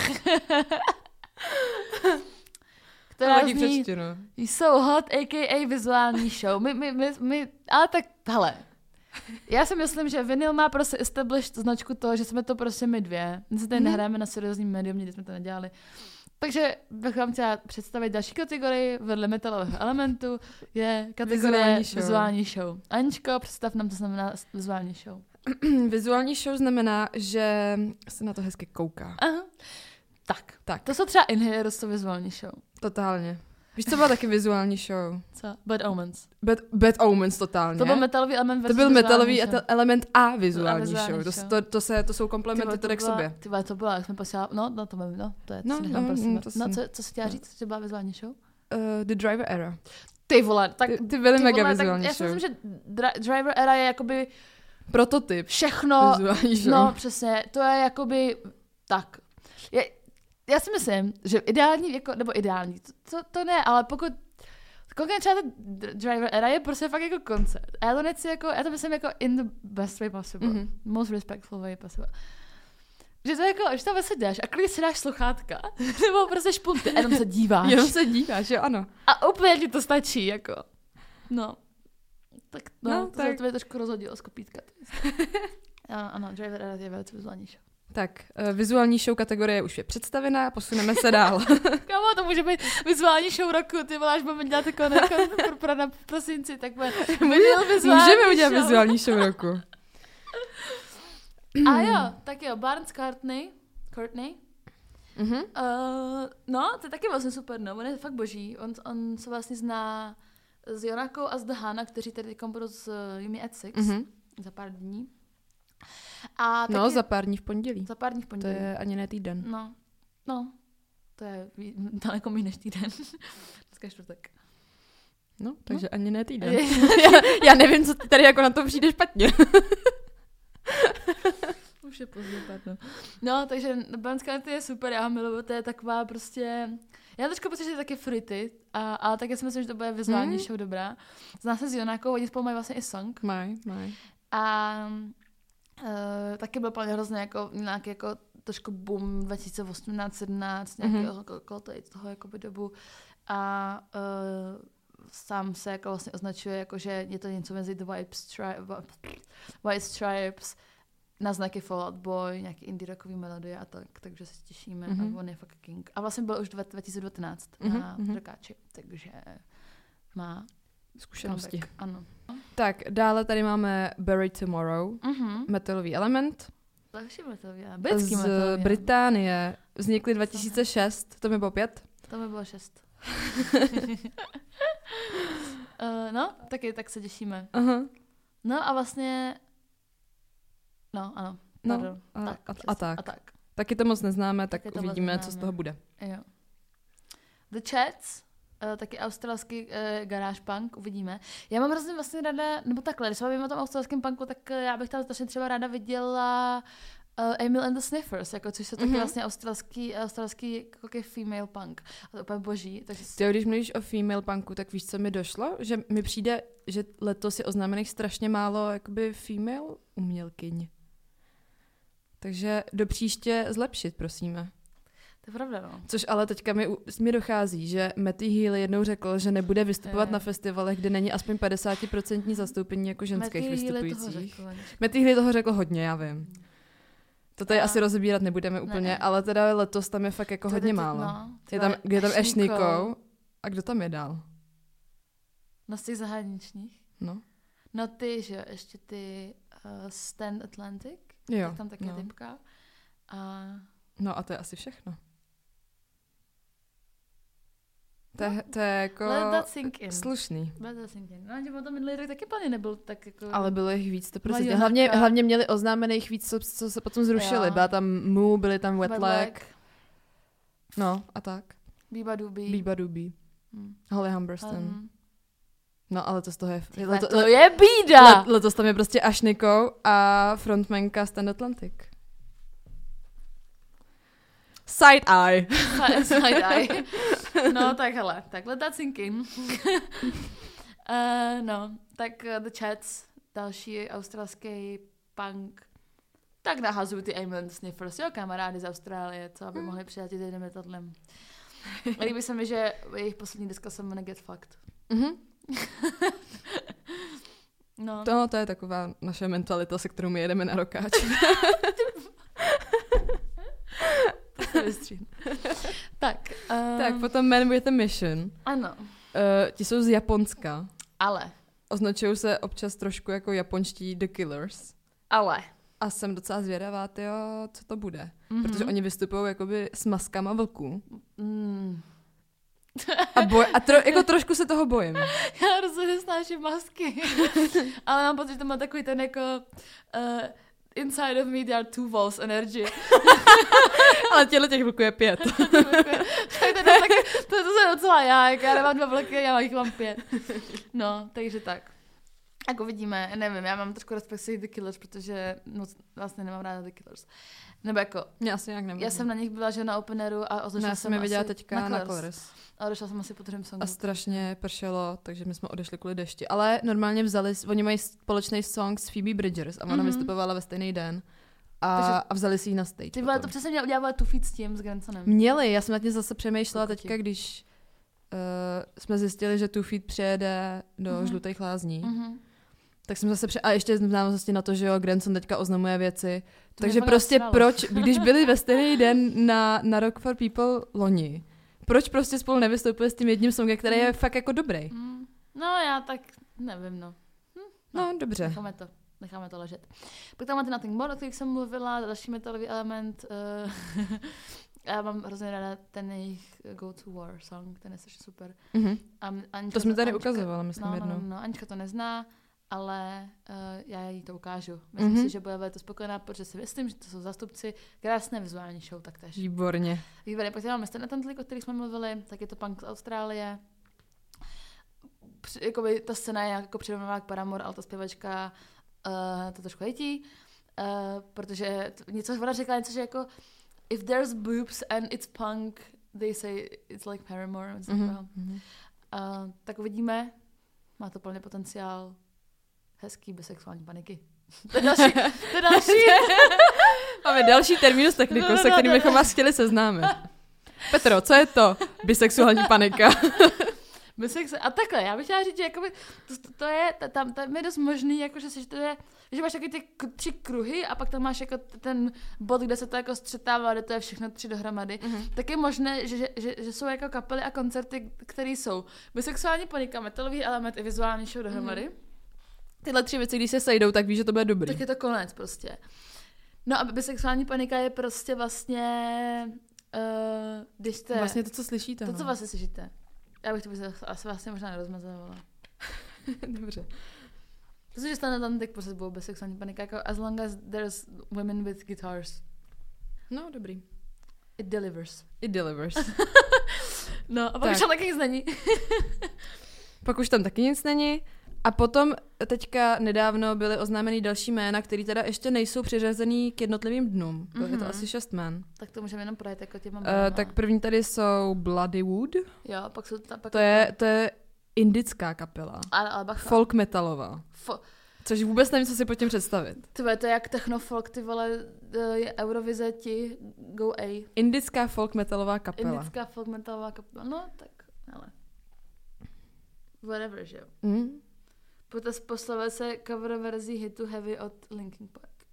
Speaker 1: která zní, jsou hot, a.k.a. vizuální show. My, ale tak, hele, já si myslím, že vinyl má prostě established značku toho, že jsme to prostě my dvě. My se tady nehráme na seriózním médium, nikdy jsme to nedělali. Takže bych vám chtěla představit další kategorii vedle metalového elementu, je kategorie vizuální show. Aničko, představ nám, co znamená vizuální show.
Speaker 2: Vizuální show znamená, že se na to hezky kouká.
Speaker 1: Aha. Tak. To jsou třeba Inhalers, to vizuální show.
Speaker 2: Totálně. Víš, co byla taky vizuální show?
Speaker 1: Co? Bad Omens.
Speaker 2: Bad Omens, totálně.
Speaker 1: To byl metalový element.
Speaker 2: To byl metalový element a vizuální show. To jsou komplementy to k sobě.
Speaker 1: Tyba, to byla, jak jsme posílali, to je, co si chtěla říct, že byla vizuální show?
Speaker 2: The Driver Era.
Speaker 1: Ty vole, tak
Speaker 2: ty byly mega vizuální show.
Speaker 1: Já si myslím, že Driver Era je jakoby
Speaker 2: prototyp.
Speaker 1: Všechno.
Speaker 2: Vizuální show.
Speaker 1: No, přesně. To je jakoby tak. Já si myslím, že ideální, jako, nebo ideální, to ne, ale pokud koukám třeba ten Driver Era je prostě fakt jako koncert. A já to nechci jako, já to myslím jako in the best way possible. Most respectful way possible. Že to jako, že tam sedíš a klidně si dáš sluchátka, nebo prostě špunty a jenom se díváš.
Speaker 2: Jenom se díváš, jo, ano.
Speaker 1: A úplně ti to stačí, jako. No. Tak
Speaker 2: tak.
Speaker 1: To mě trošku rozhodilo z kopítka. Ano, Driver Era je velice vizuální show.
Speaker 2: Tak, vizuální show kategorie už je představená, posuneme se dál.
Speaker 1: Kámo, to může být vizuální show roku, ty voláš, budeme dělat jako na prosinci, tak
Speaker 2: můžeme udělat vizuální show roku.
Speaker 1: A jo, tak jo, Barnes Courtney.
Speaker 2: Mm-hmm.
Speaker 1: No, to je taky vlastně super, no, on je fakt boží, on se vlastně zná s Jonakou a s The Hana, kteří tady budou s Yumi at Six za pár dní. A taky,
Speaker 2: no, za pár dní v pondělí.
Speaker 1: Za pár dní v pondělí.
Speaker 2: To je ani ne týden.
Speaker 1: No, to je daleko méně než týden. Dneska je čtvrtek.
Speaker 2: No, takže ani ne týden. já nevím, co tady jako na to přijde špatně.
Speaker 1: Už je pozdě, pardon. No, takže Barnes Courtney je super, já ho miluju, to je taková prostě... Já trošku pocit, že je taky fruity, ale taky si myslím, že to bude vizuální show dobrá. Zná se s Jonakou, oni spolu mají vlastně i song.
Speaker 2: Mají.
Speaker 1: A taky byl plně hrozně jako nějaký jako trošku boom 2018-17, nějakého toho jakoby dobu. A sám se jako vlastně označuje, jako, že je to něco mezi The White Stripes, na znaky Fall Out Boy, nějaký indie rockový melodie a tak, takže se těšíme a on je fakt king. A vlastně byl už 2019 na Rokáči, takže má
Speaker 2: zkušenosti.
Speaker 1: Comeback, ano.
Speaker 2: Tak, dále tady máme Buried Tomorrow, metalový element.
Speaker 1: Další metalový element.
Speaker 2: Britský z Británie. Vznikly 2006, to mi bylo 5.
Speaker 1: To mi bylo 6. No, taky tak se těšíme. No a vlastně no, ano.
Speaker 2: No, a tak. Taky to moc neznáme, tak uvidíme, co z toho bude.
Speaker 1: Jo. The Chats, taky australský garage punk, uvidíme. Já mám hrozně vlastně ráda, nebo takhle, když se bavím o tom australském punku, tak já bych tam strašně třeba ráda viděla Emil and the Sniffers, jako, což jsou taky vlastně australský jako female punk. A to je úplně boží. Takže...
Speaker 2: Ty, když mluvíš o female punku, tak víš, co mi došlo? Že mi přijde, že letos je oznámených strašně málo jakoby female umělkyň. Takže do příště zlepšit, prosíme.
Speaker 1: To je pravda, no.
Speaker 2: Což ale teďka mi dochází, že Matty Healy jednou řekl, že nebude vystupovat na festivalech, kde není aspoň 50% zastoupení jako ženských vystupujících. Matty Healy toho řekl hodně, já vím. To tady asi rozebírat nebudeme úplně, ale teda letos tam je fakt jako hodně málo. No, je tam Ash Nicole. A kdo tam je dál?
Speaker 1: No z těch zahraničních? No ty, že ještě ty Stand Atlantic.
Speaker 2: Jo.
Speaker 1: Tak tam taky typka.
Speaker 2: No a to je asi všechno. To je jako slušný.
Speaker 1: No, že potom minulý rok taky plně nebyl tak jako...
Speaker 2: Ale bylo jich víc, to prostě. Hlavně měli oznámených víc, co se potom zrušili. Byla tam Moo, byly tam Wet Leg. No, a tak.
Speaker 1: Biba Doobie.
Speaker 2: Holly Humberstone. No, ale to z toho je...
Speaker 1: To je bída!
Speaker 2: Letos tam je prostě Ash Nicole a frontmanka Stand Atlantic. Side eye.
Speaker 1: No, tak hele, tak let that sink in. No, tak The Chats, další australský punk. Tak nahazuju ty Emil Sniffers, jo, kamarády z Austrálie, co aby mohli přijat jedním metodlem. Líbí se mi, že jejich poslední deska se jmenuje Get Fucked. No.
Speaker 2: To je taková naše mentalita, se kterou my jedeme na Rokáč. Tak, potom Man with a Mission.
Speaker 1: Ano.
Speaker 2: Ti jsou z Japonska.
Speaker 1: Ale.
Speaker 2: Označují se občas trošku jako japonští The Killers.
Speaker 1: Ale.
Speaker 2: A jsem docela zvědavá, tyjo, co to bude. Protože oni vystupují jakoby s maskama vlků. Jako trošku se toho bojím.
Speaker 1: Já rozhodně snáším masky. Ale mám pocit, že to má takový ten jako... inside of me there are 2 volts energy.
Speaker 2: Ale těch vlků je 5.
Speaker 1: To jsem docela já, jako já nemám 2 vlky, já jich mám 5. No, takže tak. Jako vidíme, nevím, já mám trošku respekt The Killers, protože vlastně nemám ráda The Killers. Nebo jako...
Speaker 2: Mě asi nějak nemůžu.
Speaker 1: Já jsem na nich byla, že na openeru a odešla jsem
Speaker 2: je viděla teďka na Colors.
Speaker 1: A odešla jsem asi po druhém songu.
Speaker 2: A strašně pršelo, takže my jsme odešli kvůli dešti. Ale normálně oni mají společný song s Phoebe Bridgers a ona vystupovala ve stejný den. A vzali si ji na stage.
Speaker 1: Ty vole, to přesně měla udělat tu feat s tím, s Gransonem.
Speaker 2: Měli, já jsem na tím zase přemýšlela teďka, když jsme zjistili, že tu feat přijede do Žlutých lázní. Tak jsem zase a ještě v návaznosti na to, že jo, Granson teďka oznamuje věci.
Speaker 1: To
Speaker 2: Takže
Speaker 1: mě
Speaker 2: prostě
Speaker 1: fakt
Speaker 2: proč, když byli ve stejný den na Rock for People loni, proč prostě spolu nevystoupili s tím jedním songem, který je fakt jako dobrý?
Speaker 1: No já tak nevím, no.
Speaker 2: No, dobře.
Speaker 1: Necháme to ležet. Pak tam máte Nothing More, o kterých jsem mluvila, další metalový element. Já mám hrozně ráda ten jejich Go to War song, ten je strašně super.
Speaker 2: To jsme tady ukazovali, myslím, jednou.
Speaker 1: No, Anička to nezná, ale já jí to ukážu. Myslím si, že bude velice spokojená, protože si myslím, že to jsou zástupci krásné vizuální show taktéž.
Speaker 2: Výborně.
Speaker 1: Výborně, pak tady máme Stand Atlantic, o kterých jsme mluvili, tak je to punk z Austrálie. Jakoby ta scéna je jako přirovnaná k Paramore, ale ta zpěvačka to trošku hejtí, protože ona řekla něco, že jako if there's boobs and it's punk, they say it's like Paramore. Tak uvidíme. Má to plně potenciál hezký bisexuální paniky. To je další.
Speaker 2: Máme další terminus techniku, se kterým bychom vás chtěli seznámit. Petro, co je to bisexuální panika?
Speaker 1: A takhle, já bych chtěla říct, že jakoby, to je, tam je dost možný, jakože že máš taky ty 3 kruhy a pak tam máš jako ten bod, kde se to jako střetává, kde to je všechno 3 dohromady. Tak je možné, že jsou jako kapely a koncerty, které jsou bisexuální panika, metalový element i vizuální show dohromady.
Speaker 2: Tyhle 3 věci, když se sejdou, tak víš, že to bude dobrý.
Speaker 1: Tak je to konec prostě. No a bisexuální panika je prostě vlastně, když jste...
Speaker 2: Vlastně to, co slyšíte.
Speaker 1: To, co vlastně slyšíte. Já bych to asi vlastně možná nerozmazovala.
Speaker 2: Dobře.
Speaker 1: Protože Stand Atlantic prostě bylo bisexuální panika, jako as long as there's women with guitars.
Speaker 2: No, dobrý.
Speaker 1: It delivers. No, a pak už tam taky nic není.
Speaker 2: Pak už tam taky nic není. A potom teďka nedávno byly oznámeny další jména, které teda ještě nejsou přiřazený k jednotlivým dnům. Je to asi 6 jmen.
Speaker 1: Tak to můžeme jenom projet jako těma
Speaker 2: tak první tady jsou Bloodywood.
Speaker 1: Jo, pak jsou tam...
Speaker 2: To je indická kapela.
Speaker 1: Ale bacha.
Speaker 2: Folk metalová. Což vůbec nevím, co si pod tím představit.
Speaker 1: To je jak technofolk, ty vole, je Eurovize ti, go A.
Speaker 2: Indická folk metalová kapela.
Speaker 1: No, tak, ale. Whatever, že jo. Poslala se cover verzí hitu Heavy od Linkin Park.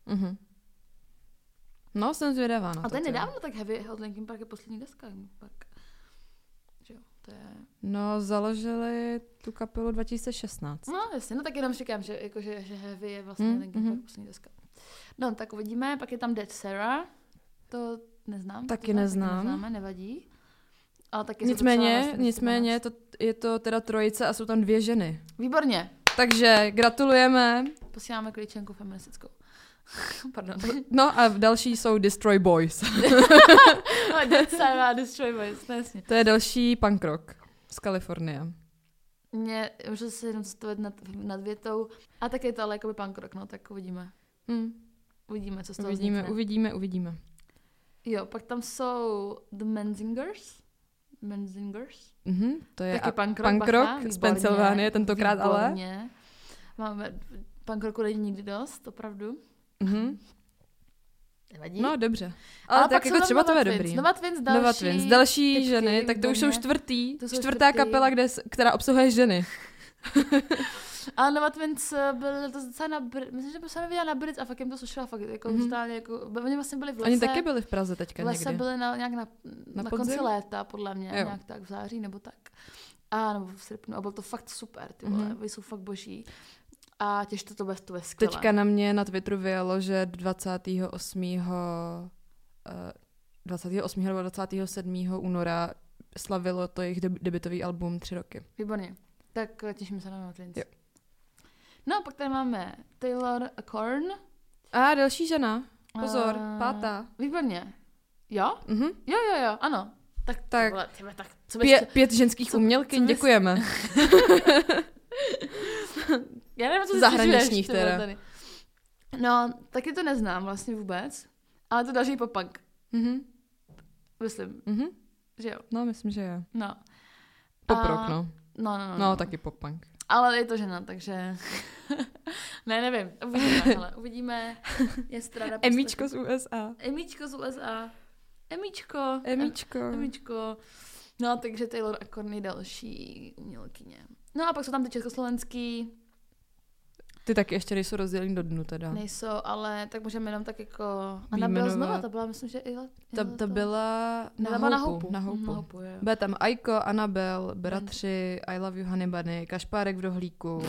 Speaker 2: No, jsem zvědavá na to.
Speaker 1: A to je nedávno tak Heavy od Linkin Park je poslední deska Linkin Park. Že jo, to je...
Speaker 2: No, založili tu kapelu 2016.
Speaker 1: No, jasně, no tak jenom říkám, že, jako, že Heavy je vlastně Linkin Park poslední deska. No, tak uvidíme, pak je tam Dead Sarah, to neznám.
Speaker 2: Taky neznám.
Speaker 1: Taky neznáme, nevadí. Ale taky
Speaker 2: nicméně je to teda trojice a jsou tam 2 ženy.
Speaker 1: Výborně.
Speaker 2: Takže gratulujeme.
Speaker 1: Posíláme klíčenku feministickou. Pardon.
Speaker 2: No a další jsou Destroy Boys.
Speaker 1: Dead Sarah, Destroy Boys, to jasně.
Speaker 2: To je další punk rock z Kalifornie.
Speaker 1: Můžu se jenom zastavit nad větou. A tak je to ale jakoby punk rock, no, tak uvidíme. Uvidíme, co z toho vznikne.
Speaker 2: Uvidíme.
Speaker 1: Jo, pak tam jsou The Menzingers.
Speaker 2: To je
Speaker 1: taky
Speaker 2: punk rock z Pensylvánie, tentokrát
Speaker 1: výborně.
Speaker 2: ale.
Speaker 1: Máme punk rocku není nikdy dost, opravdu. Nevadí.
Speaker 2: No, dobře. Ale tak jako třeba to je dobrý.
Speaker 1: Nova Twins,
Speaker 2: další
Speaker 1: typky,
Speaker 2: ženy, tak to už jsou čtvrtá
Speaker 1: čtvrtý.
Speaker 2: kapela, která obsahuje ženy.
Speaker 1: Ale Nova Twins byly to docela myslím, že jsem viděla na Brits a fakt jim to slušela fakt jako totálně, jako, oni vlastně byli v lese.
Speaker 2: Oni taky byli v Praze teďka někdy.
Speaker 1: V lese byli nějak na konci léta, podle mě, nějak tak v září nebo tak. A nebo v srpnu, a bylo to fakt super, ty vole, oni jsou fakt boží. A těžko to bude skvělé.
Speaker 2: Teďka na mě na Twitteru vyjelo, že 28. nebo 27. února slavilo to jejich debutový album 3 roky.
Speaker 1: Výborně. Tak těším se na Nova Twins. No a pak tady máme Taylor Korn.
Speaker 2: A další žena. Pozor, 5.
Speaker 1: Výborně. Jo? Jo, ano. Tak. Co
Speaker 2: 5 ženských umělkyň, děkujeme.
Speaker 1: Já nevím, co
Speaker 2: zahraničních teda.
Speaker 1: Tady. No, taky to neznám vlastně vůbec, ale to další pop-punk. Myslím. Že jo?
Speaker 2: No, myslím, že jo.
Speaker 1: No.
Speaker 2: Pop-rock, no.
Speaker 1: No,
Speaker 2: taky pop-punk.
Speaker 1: Ale je to žena, takže... nevím. Uvidíme. Je strada.
Speaker 2: Emíčko z USA.
Speaker 1: Emíčko. No, takže Taylor a Korn další umělkyně. No a pak jsou tam ty československý.
Speaker 2: Ty taky ještě nejsou rozdělení do dnu teda.
Speaker 1: Nejsou, ale tak můžeme jenom tak jako... Annabelle znova, to byla, myslím, že i...
Speaker 2: To byla
Speaker 1: na
Speaker 2: Houpu.
Speaker 1: Na Houpu, jo.
Speaker 2: Bude tam Aiko, Annabelle, Bratři, I Love You Honey Bunny, Kašpárek v rohlíku.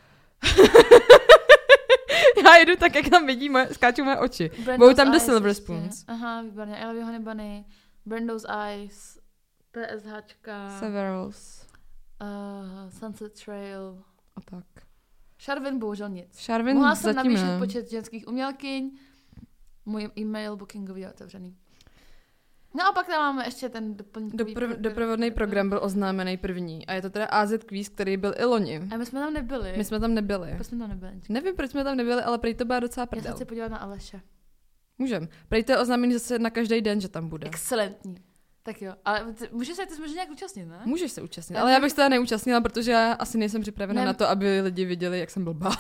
Speaker 2: Já jedu tak, jak tam vidí, skáčou moje oči. Budou tam The Silver Spoons.
Speaker 1: Aha, výborně. I Love You Honey Bunny, Brando's Eyes, PSHčka,
Speaker 2: Severals.
Speaker 1: Sunset Trail.
Speaker 2: A tak.
Speaker 1: Charvin bohužel nic.
Speaker 2: Charvin
Speaker 1: Mohla jsem
Speaker 2: zatím
Speaker 1: navýšit
Speaker 2: ne.
Speaker 1: počet ženských umělkyň. Můj e-mail bookingový je otevřený. No a pak tam máme ještě ten doplňkový
Speaker 2: Doprovodný program byl oznámený první. A je to teda AZ Quiz, který byl i loni.
Speaker 1: A my jsme tam nebyli.
Speaker 2: My jsme tam nebyli.
Speaker 1: Proč jsme tam nebyli?
Speaker 2: Nevím, proč jsme tam nebyli, ale prej to byla docela
Speaker 1: Já
Speaker 2: prdel.
Speaker 1: se chci podívat na Aleše.
Speaker 2: Můžem. Prej to je oznámený zase na každý den, že tam bude.
Speaker 1: Excelentní. Tak jo, ale můžeš se ty nějak účastnit, ne?
Speaker 2: Můžeš se účastnit, ale já bych se teda neúčastnila, protože já asi nejsem připravena na to, aby lidi viděli, jak jsem blbá.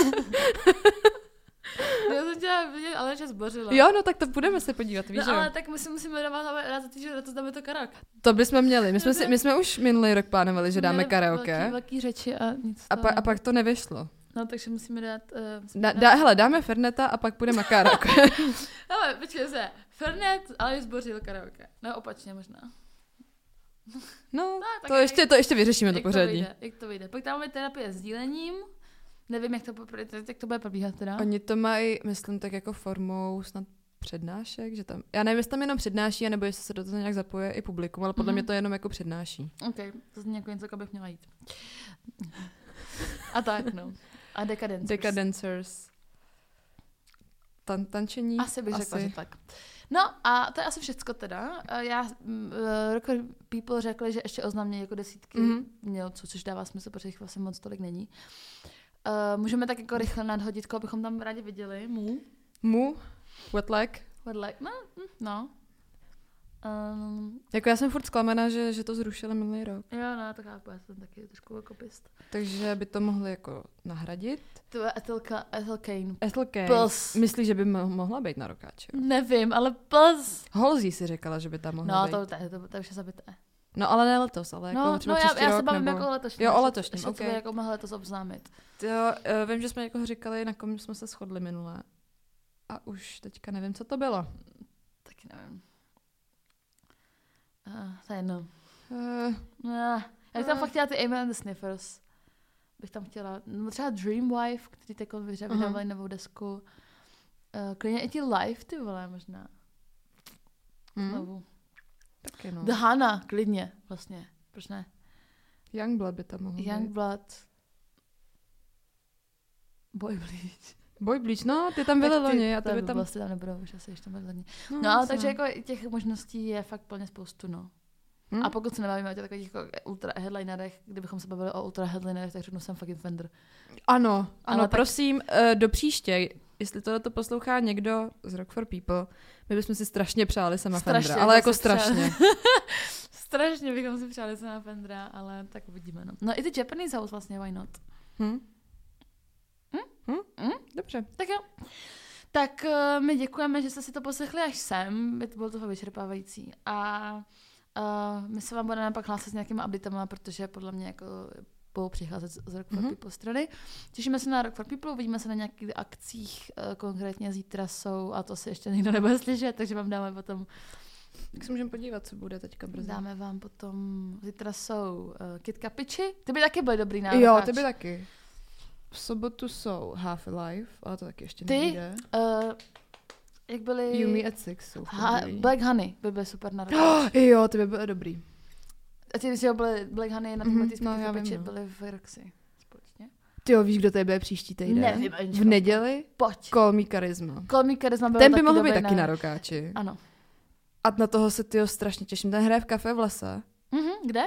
Speaker 1: Já jsem chtěla vidět, ale že zbořila.
Speaker 2: Jo, no tak to budeme se podívat, víš,
Speaker 1: no, ale tak my si musíme dávat rád za týden, to zdáme to karaoke.
Speaker 2: To bychom měli. My jsme už minulý rok plánovali, že dáme karaoke.
Speaker 1: Velký řeči a nic.
Speaker 2: A pak to nevyšlo.
Speaker 1: No, takže musíme dát...
Speaker 2: Hele, dáme Ferneta a pak půjdeme karaoke.
Speaker 1: Hele, počkej se. Fernet, ale zbořil karaoke. No, opačně možná.
Speaker 2: No, to ještě vyřešíme to pořadí.
Speaker 1: Jak to vyjde. Pak tam máme terapie s dílením. Nevím, jak to bude probíhat teda.
Speaker 2: Oni to mají, myslím, tak jako formou snad přednášek, že tam... Já nevím, jestli tam jenom přednáší, nebo jestli se do toho nějak zapoje i publikum, ale podle mě to jenom jako přednáší.
Speaker 1: OK, to zní jako něco, bych měla jít. A tak, no. A Decadencers.
Speaker 2: Tančení?
Speaker 1: Asi bych řekla, že tak. No a to je asi všecko teda. Record People řekli, že ještě oznámějí jako desítky mělců, což dává smysl, protože jich vlastně moc tolik není. Můžeme tak jako rychle nadhodit, koho bychom tam rádi viděli. Mu?
Speaker 2: Wet leg?
Speaker 1: No.
Speaker 2: Jako já jsem furt zklamaná, že to zrušili minulý rok.
Speaker 1: Jo, no, to chápu, já jsem taky trošku jako pist.
Speaker 2: Takže by to mohli jako nahradit.
Speaker 1: To je Ethel Cain.
Speaker 2: Ethel Cain.
Speaker 1: Plus.
Speaker 2: Myslíš, že by mohla být na rokáči?
Speaker 1: Nevím, ale plus.
Speaker 2: Halsey si říkala, že by tam mohla být.
Speaker 1: No, to už je zabité.
Speaker 2: No, ale ne letos, ale jako třeba příští rok.
Speaker 1: Já se bavím
Speaker 2: nebo...
Speaker 1: jako letošní.
Speaker 2: Jo, o letošním,
Speaker 1: OK. Jako mohla letos obznámit.
Speaker 2: Jo, vím, že jsme jako říkali, na kom jsme se shodli minule. A už teďka nevím, co to bylo.
Speaker 1: Taky nevím. To je jedno. Já bych tam fakt chtěla ty Amen and the Sniffers. Bych tam chtěla, no třeba Dreamwife, který teď vydávali novou desku. Klidně i ti Live, ty vole, možná. Znovu.
Speaker 2: Taky no.
Speaker 1: The Hannah, klidně, vlastně. Proč ne?
Speaker 2: Youngblood by tam mohl být.
Speaker 1: Youngblood. Boy Bleach,
Speaker 2: no, ty tam byly loni. A to by tam...
Speaker 1: Vlastně tam nebudou, už asi ještě tam byly loni. No, ale takže jako těch možností je fakt plně spoustu, no. A pokud se nebavíme o těch takových jako ultra headlinerech, kdybychom se bavili o ultra headlinerech, tak řeknu jsem fucking Fender.
Speaker 2: Ano, prosím, do příště, jestli tohleto poslouchá někdo z Rock for People, my bychom si strašně přáli sama Fendera, ale jako strašně.
Speaker 1: Strašně bychom si přáli sama Fendera, ale tak uvidíme, no. No i ty Japanese House vlastně, why not?
Speaker 2: Dobře.
Speaker 1: Tak jo. Tak my děkujeme, že jste si to poslechli až sem, bylo to vyčerpávající a my se vám budeme pak hlásit s nějakýma updatama, protože podle mě jako budou přicházet z Rock for People strany. Těšíme se na Rock for People, uvidíme se na nějakých akcích, konkrétně zítra jsou, a to si ještě nikdo nebude slyšet, takže vám dáme potom...
Speaker 2: Tak se můžeme podívat, co bude teďka brzy.
Speaker 1: Dáme vám potom, zítra jsou Kid Kapiči, ty by taky byly dobrý návrh.
Speaker 2: Jo, ty by taky. V sobotu jsou Half-Alive, ale to taky ještě nevíde.
Speaker 1: Jak byly...
Speaker 2: You Me at 6 jsou
Speaker 1: Black Honey by byly super na rokáč.
Speaker 2: Jo, ty by byly dobrý.
Speaker 1: A ty že byly Black Honey na Kid Kapiči byly v Roxy společně.
Speaker 2: Ty jo, víš, kdo tady bude příští týden?
Speaker 1: Nevím.
Speaker 2: V neděli?
Speaker 1: Pojď.
Speaker 2: Call Me Charisma.
Speaker 1: Call Me Charisma byl
Speaker 2: ten by mohl být taky na rokáči.
Speaker 1: Ano.
Speaker 2: A na toho se tyjo strašně těším. Ten hraje v Kafe v lese.
Speaker 1: Kde?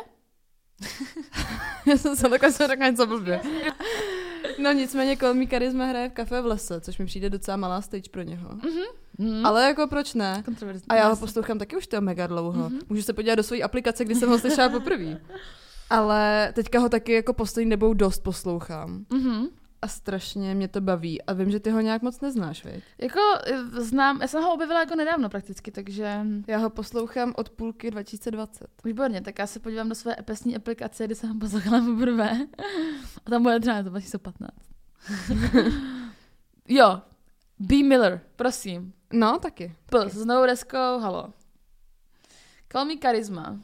Speaker 2: Já jsem se takhle řekla něco blbě. No nicméně Call Me Charisma hraje v Kafe v lese, což mi přijde docela malá stage pro něho. Ale jako proč ne? A já ho poslouchám taky už to mega dlouho. Můžu se podívat do své aplikace, kdy jsem ho slyšela poprvé. Ale teďka ho taky jako poslední dobou dost poslouchám. A strašně mě to baví. A vím, že ty ho nějak moc neznáš, viď?
Speaker 1: Jako znám, já jsem ho objevila jako nedávno prakticky, takže...
Speaker 2: Já ho poslouchám od půlky 2020.
Speaker 1: Výborně, tak já se podívám do své pesní aplikace, kdy jsem ho poslouchala poprvé. A tam bude třeba 2015. Jo, B. Miller, prosím.
Speaker 2: No, taky.
Speaker 1: Plus, s novou deskou, halo. Call me Charisma.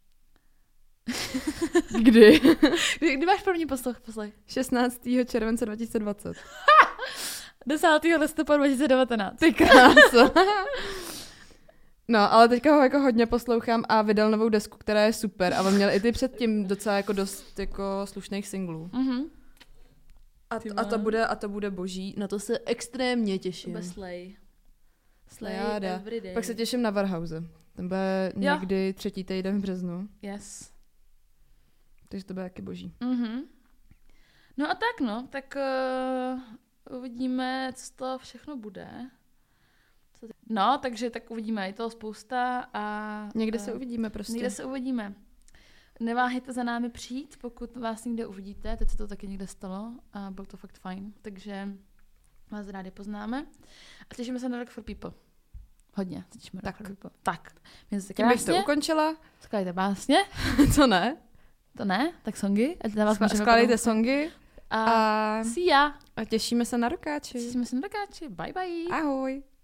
Speaker 2: Kdy?
Speaker 1: Kdy máš první poslech?
Speaker 2: 16. července 2020.
Speaker 1: 10. listopadu 2019.
Speaker 2: Ty krása. No, ale teďka ho jako hodně poslouchám a vydal novou desku, která je super. A on měl i ty předtím docela jako dost jako slušných singlů.
Speaker 1: Mhm.
Speaker 2: A to bude boží. Na to se extrémně těším.
Speaker 1: To bude Slay. Slay
Speaker 2: Paráda.
Speaker 1: every day.
Speaker 2: Pak se těším na Warhouse. Ten bude někdy 3. týden v březnu.
Speaker 1: Yes.
Speaker 2: Takže to bude taky boží.
Speaker 1: Mhm. No a tak uvidíme, co to všechno bude. No, takže tak uvidíme, je toho spousta a...
Speaker 2: Někde se uvidíme prostě.
Speaker 1: Někde se uvidíme. Neváhejte za námi přijít, pokud vás někde uvidíte, teď se to taky někde stalo a bylo to fakt fajn, takže vás rádi poznáme a těšíme se na Rock for People. Hodně se těšíme na Rock for People. Tak, mějte se
Speaker 2: Tím bych
Speaker 1: krásně.
Speaker 2: to ukončila.
Speaker 1: Skládejte básně.
Speaker 2: Co ne?
Speaker 1: To ne, tak songy. Ať na vás
Speaker 2: Skládejte songy
Speaker 1: a see ya.
Speaker 2: A těšíme se na Rokáči.
Speaker 1: Těšíme se na Rokáči. Bye bye.
Speaker 2: Ahoj.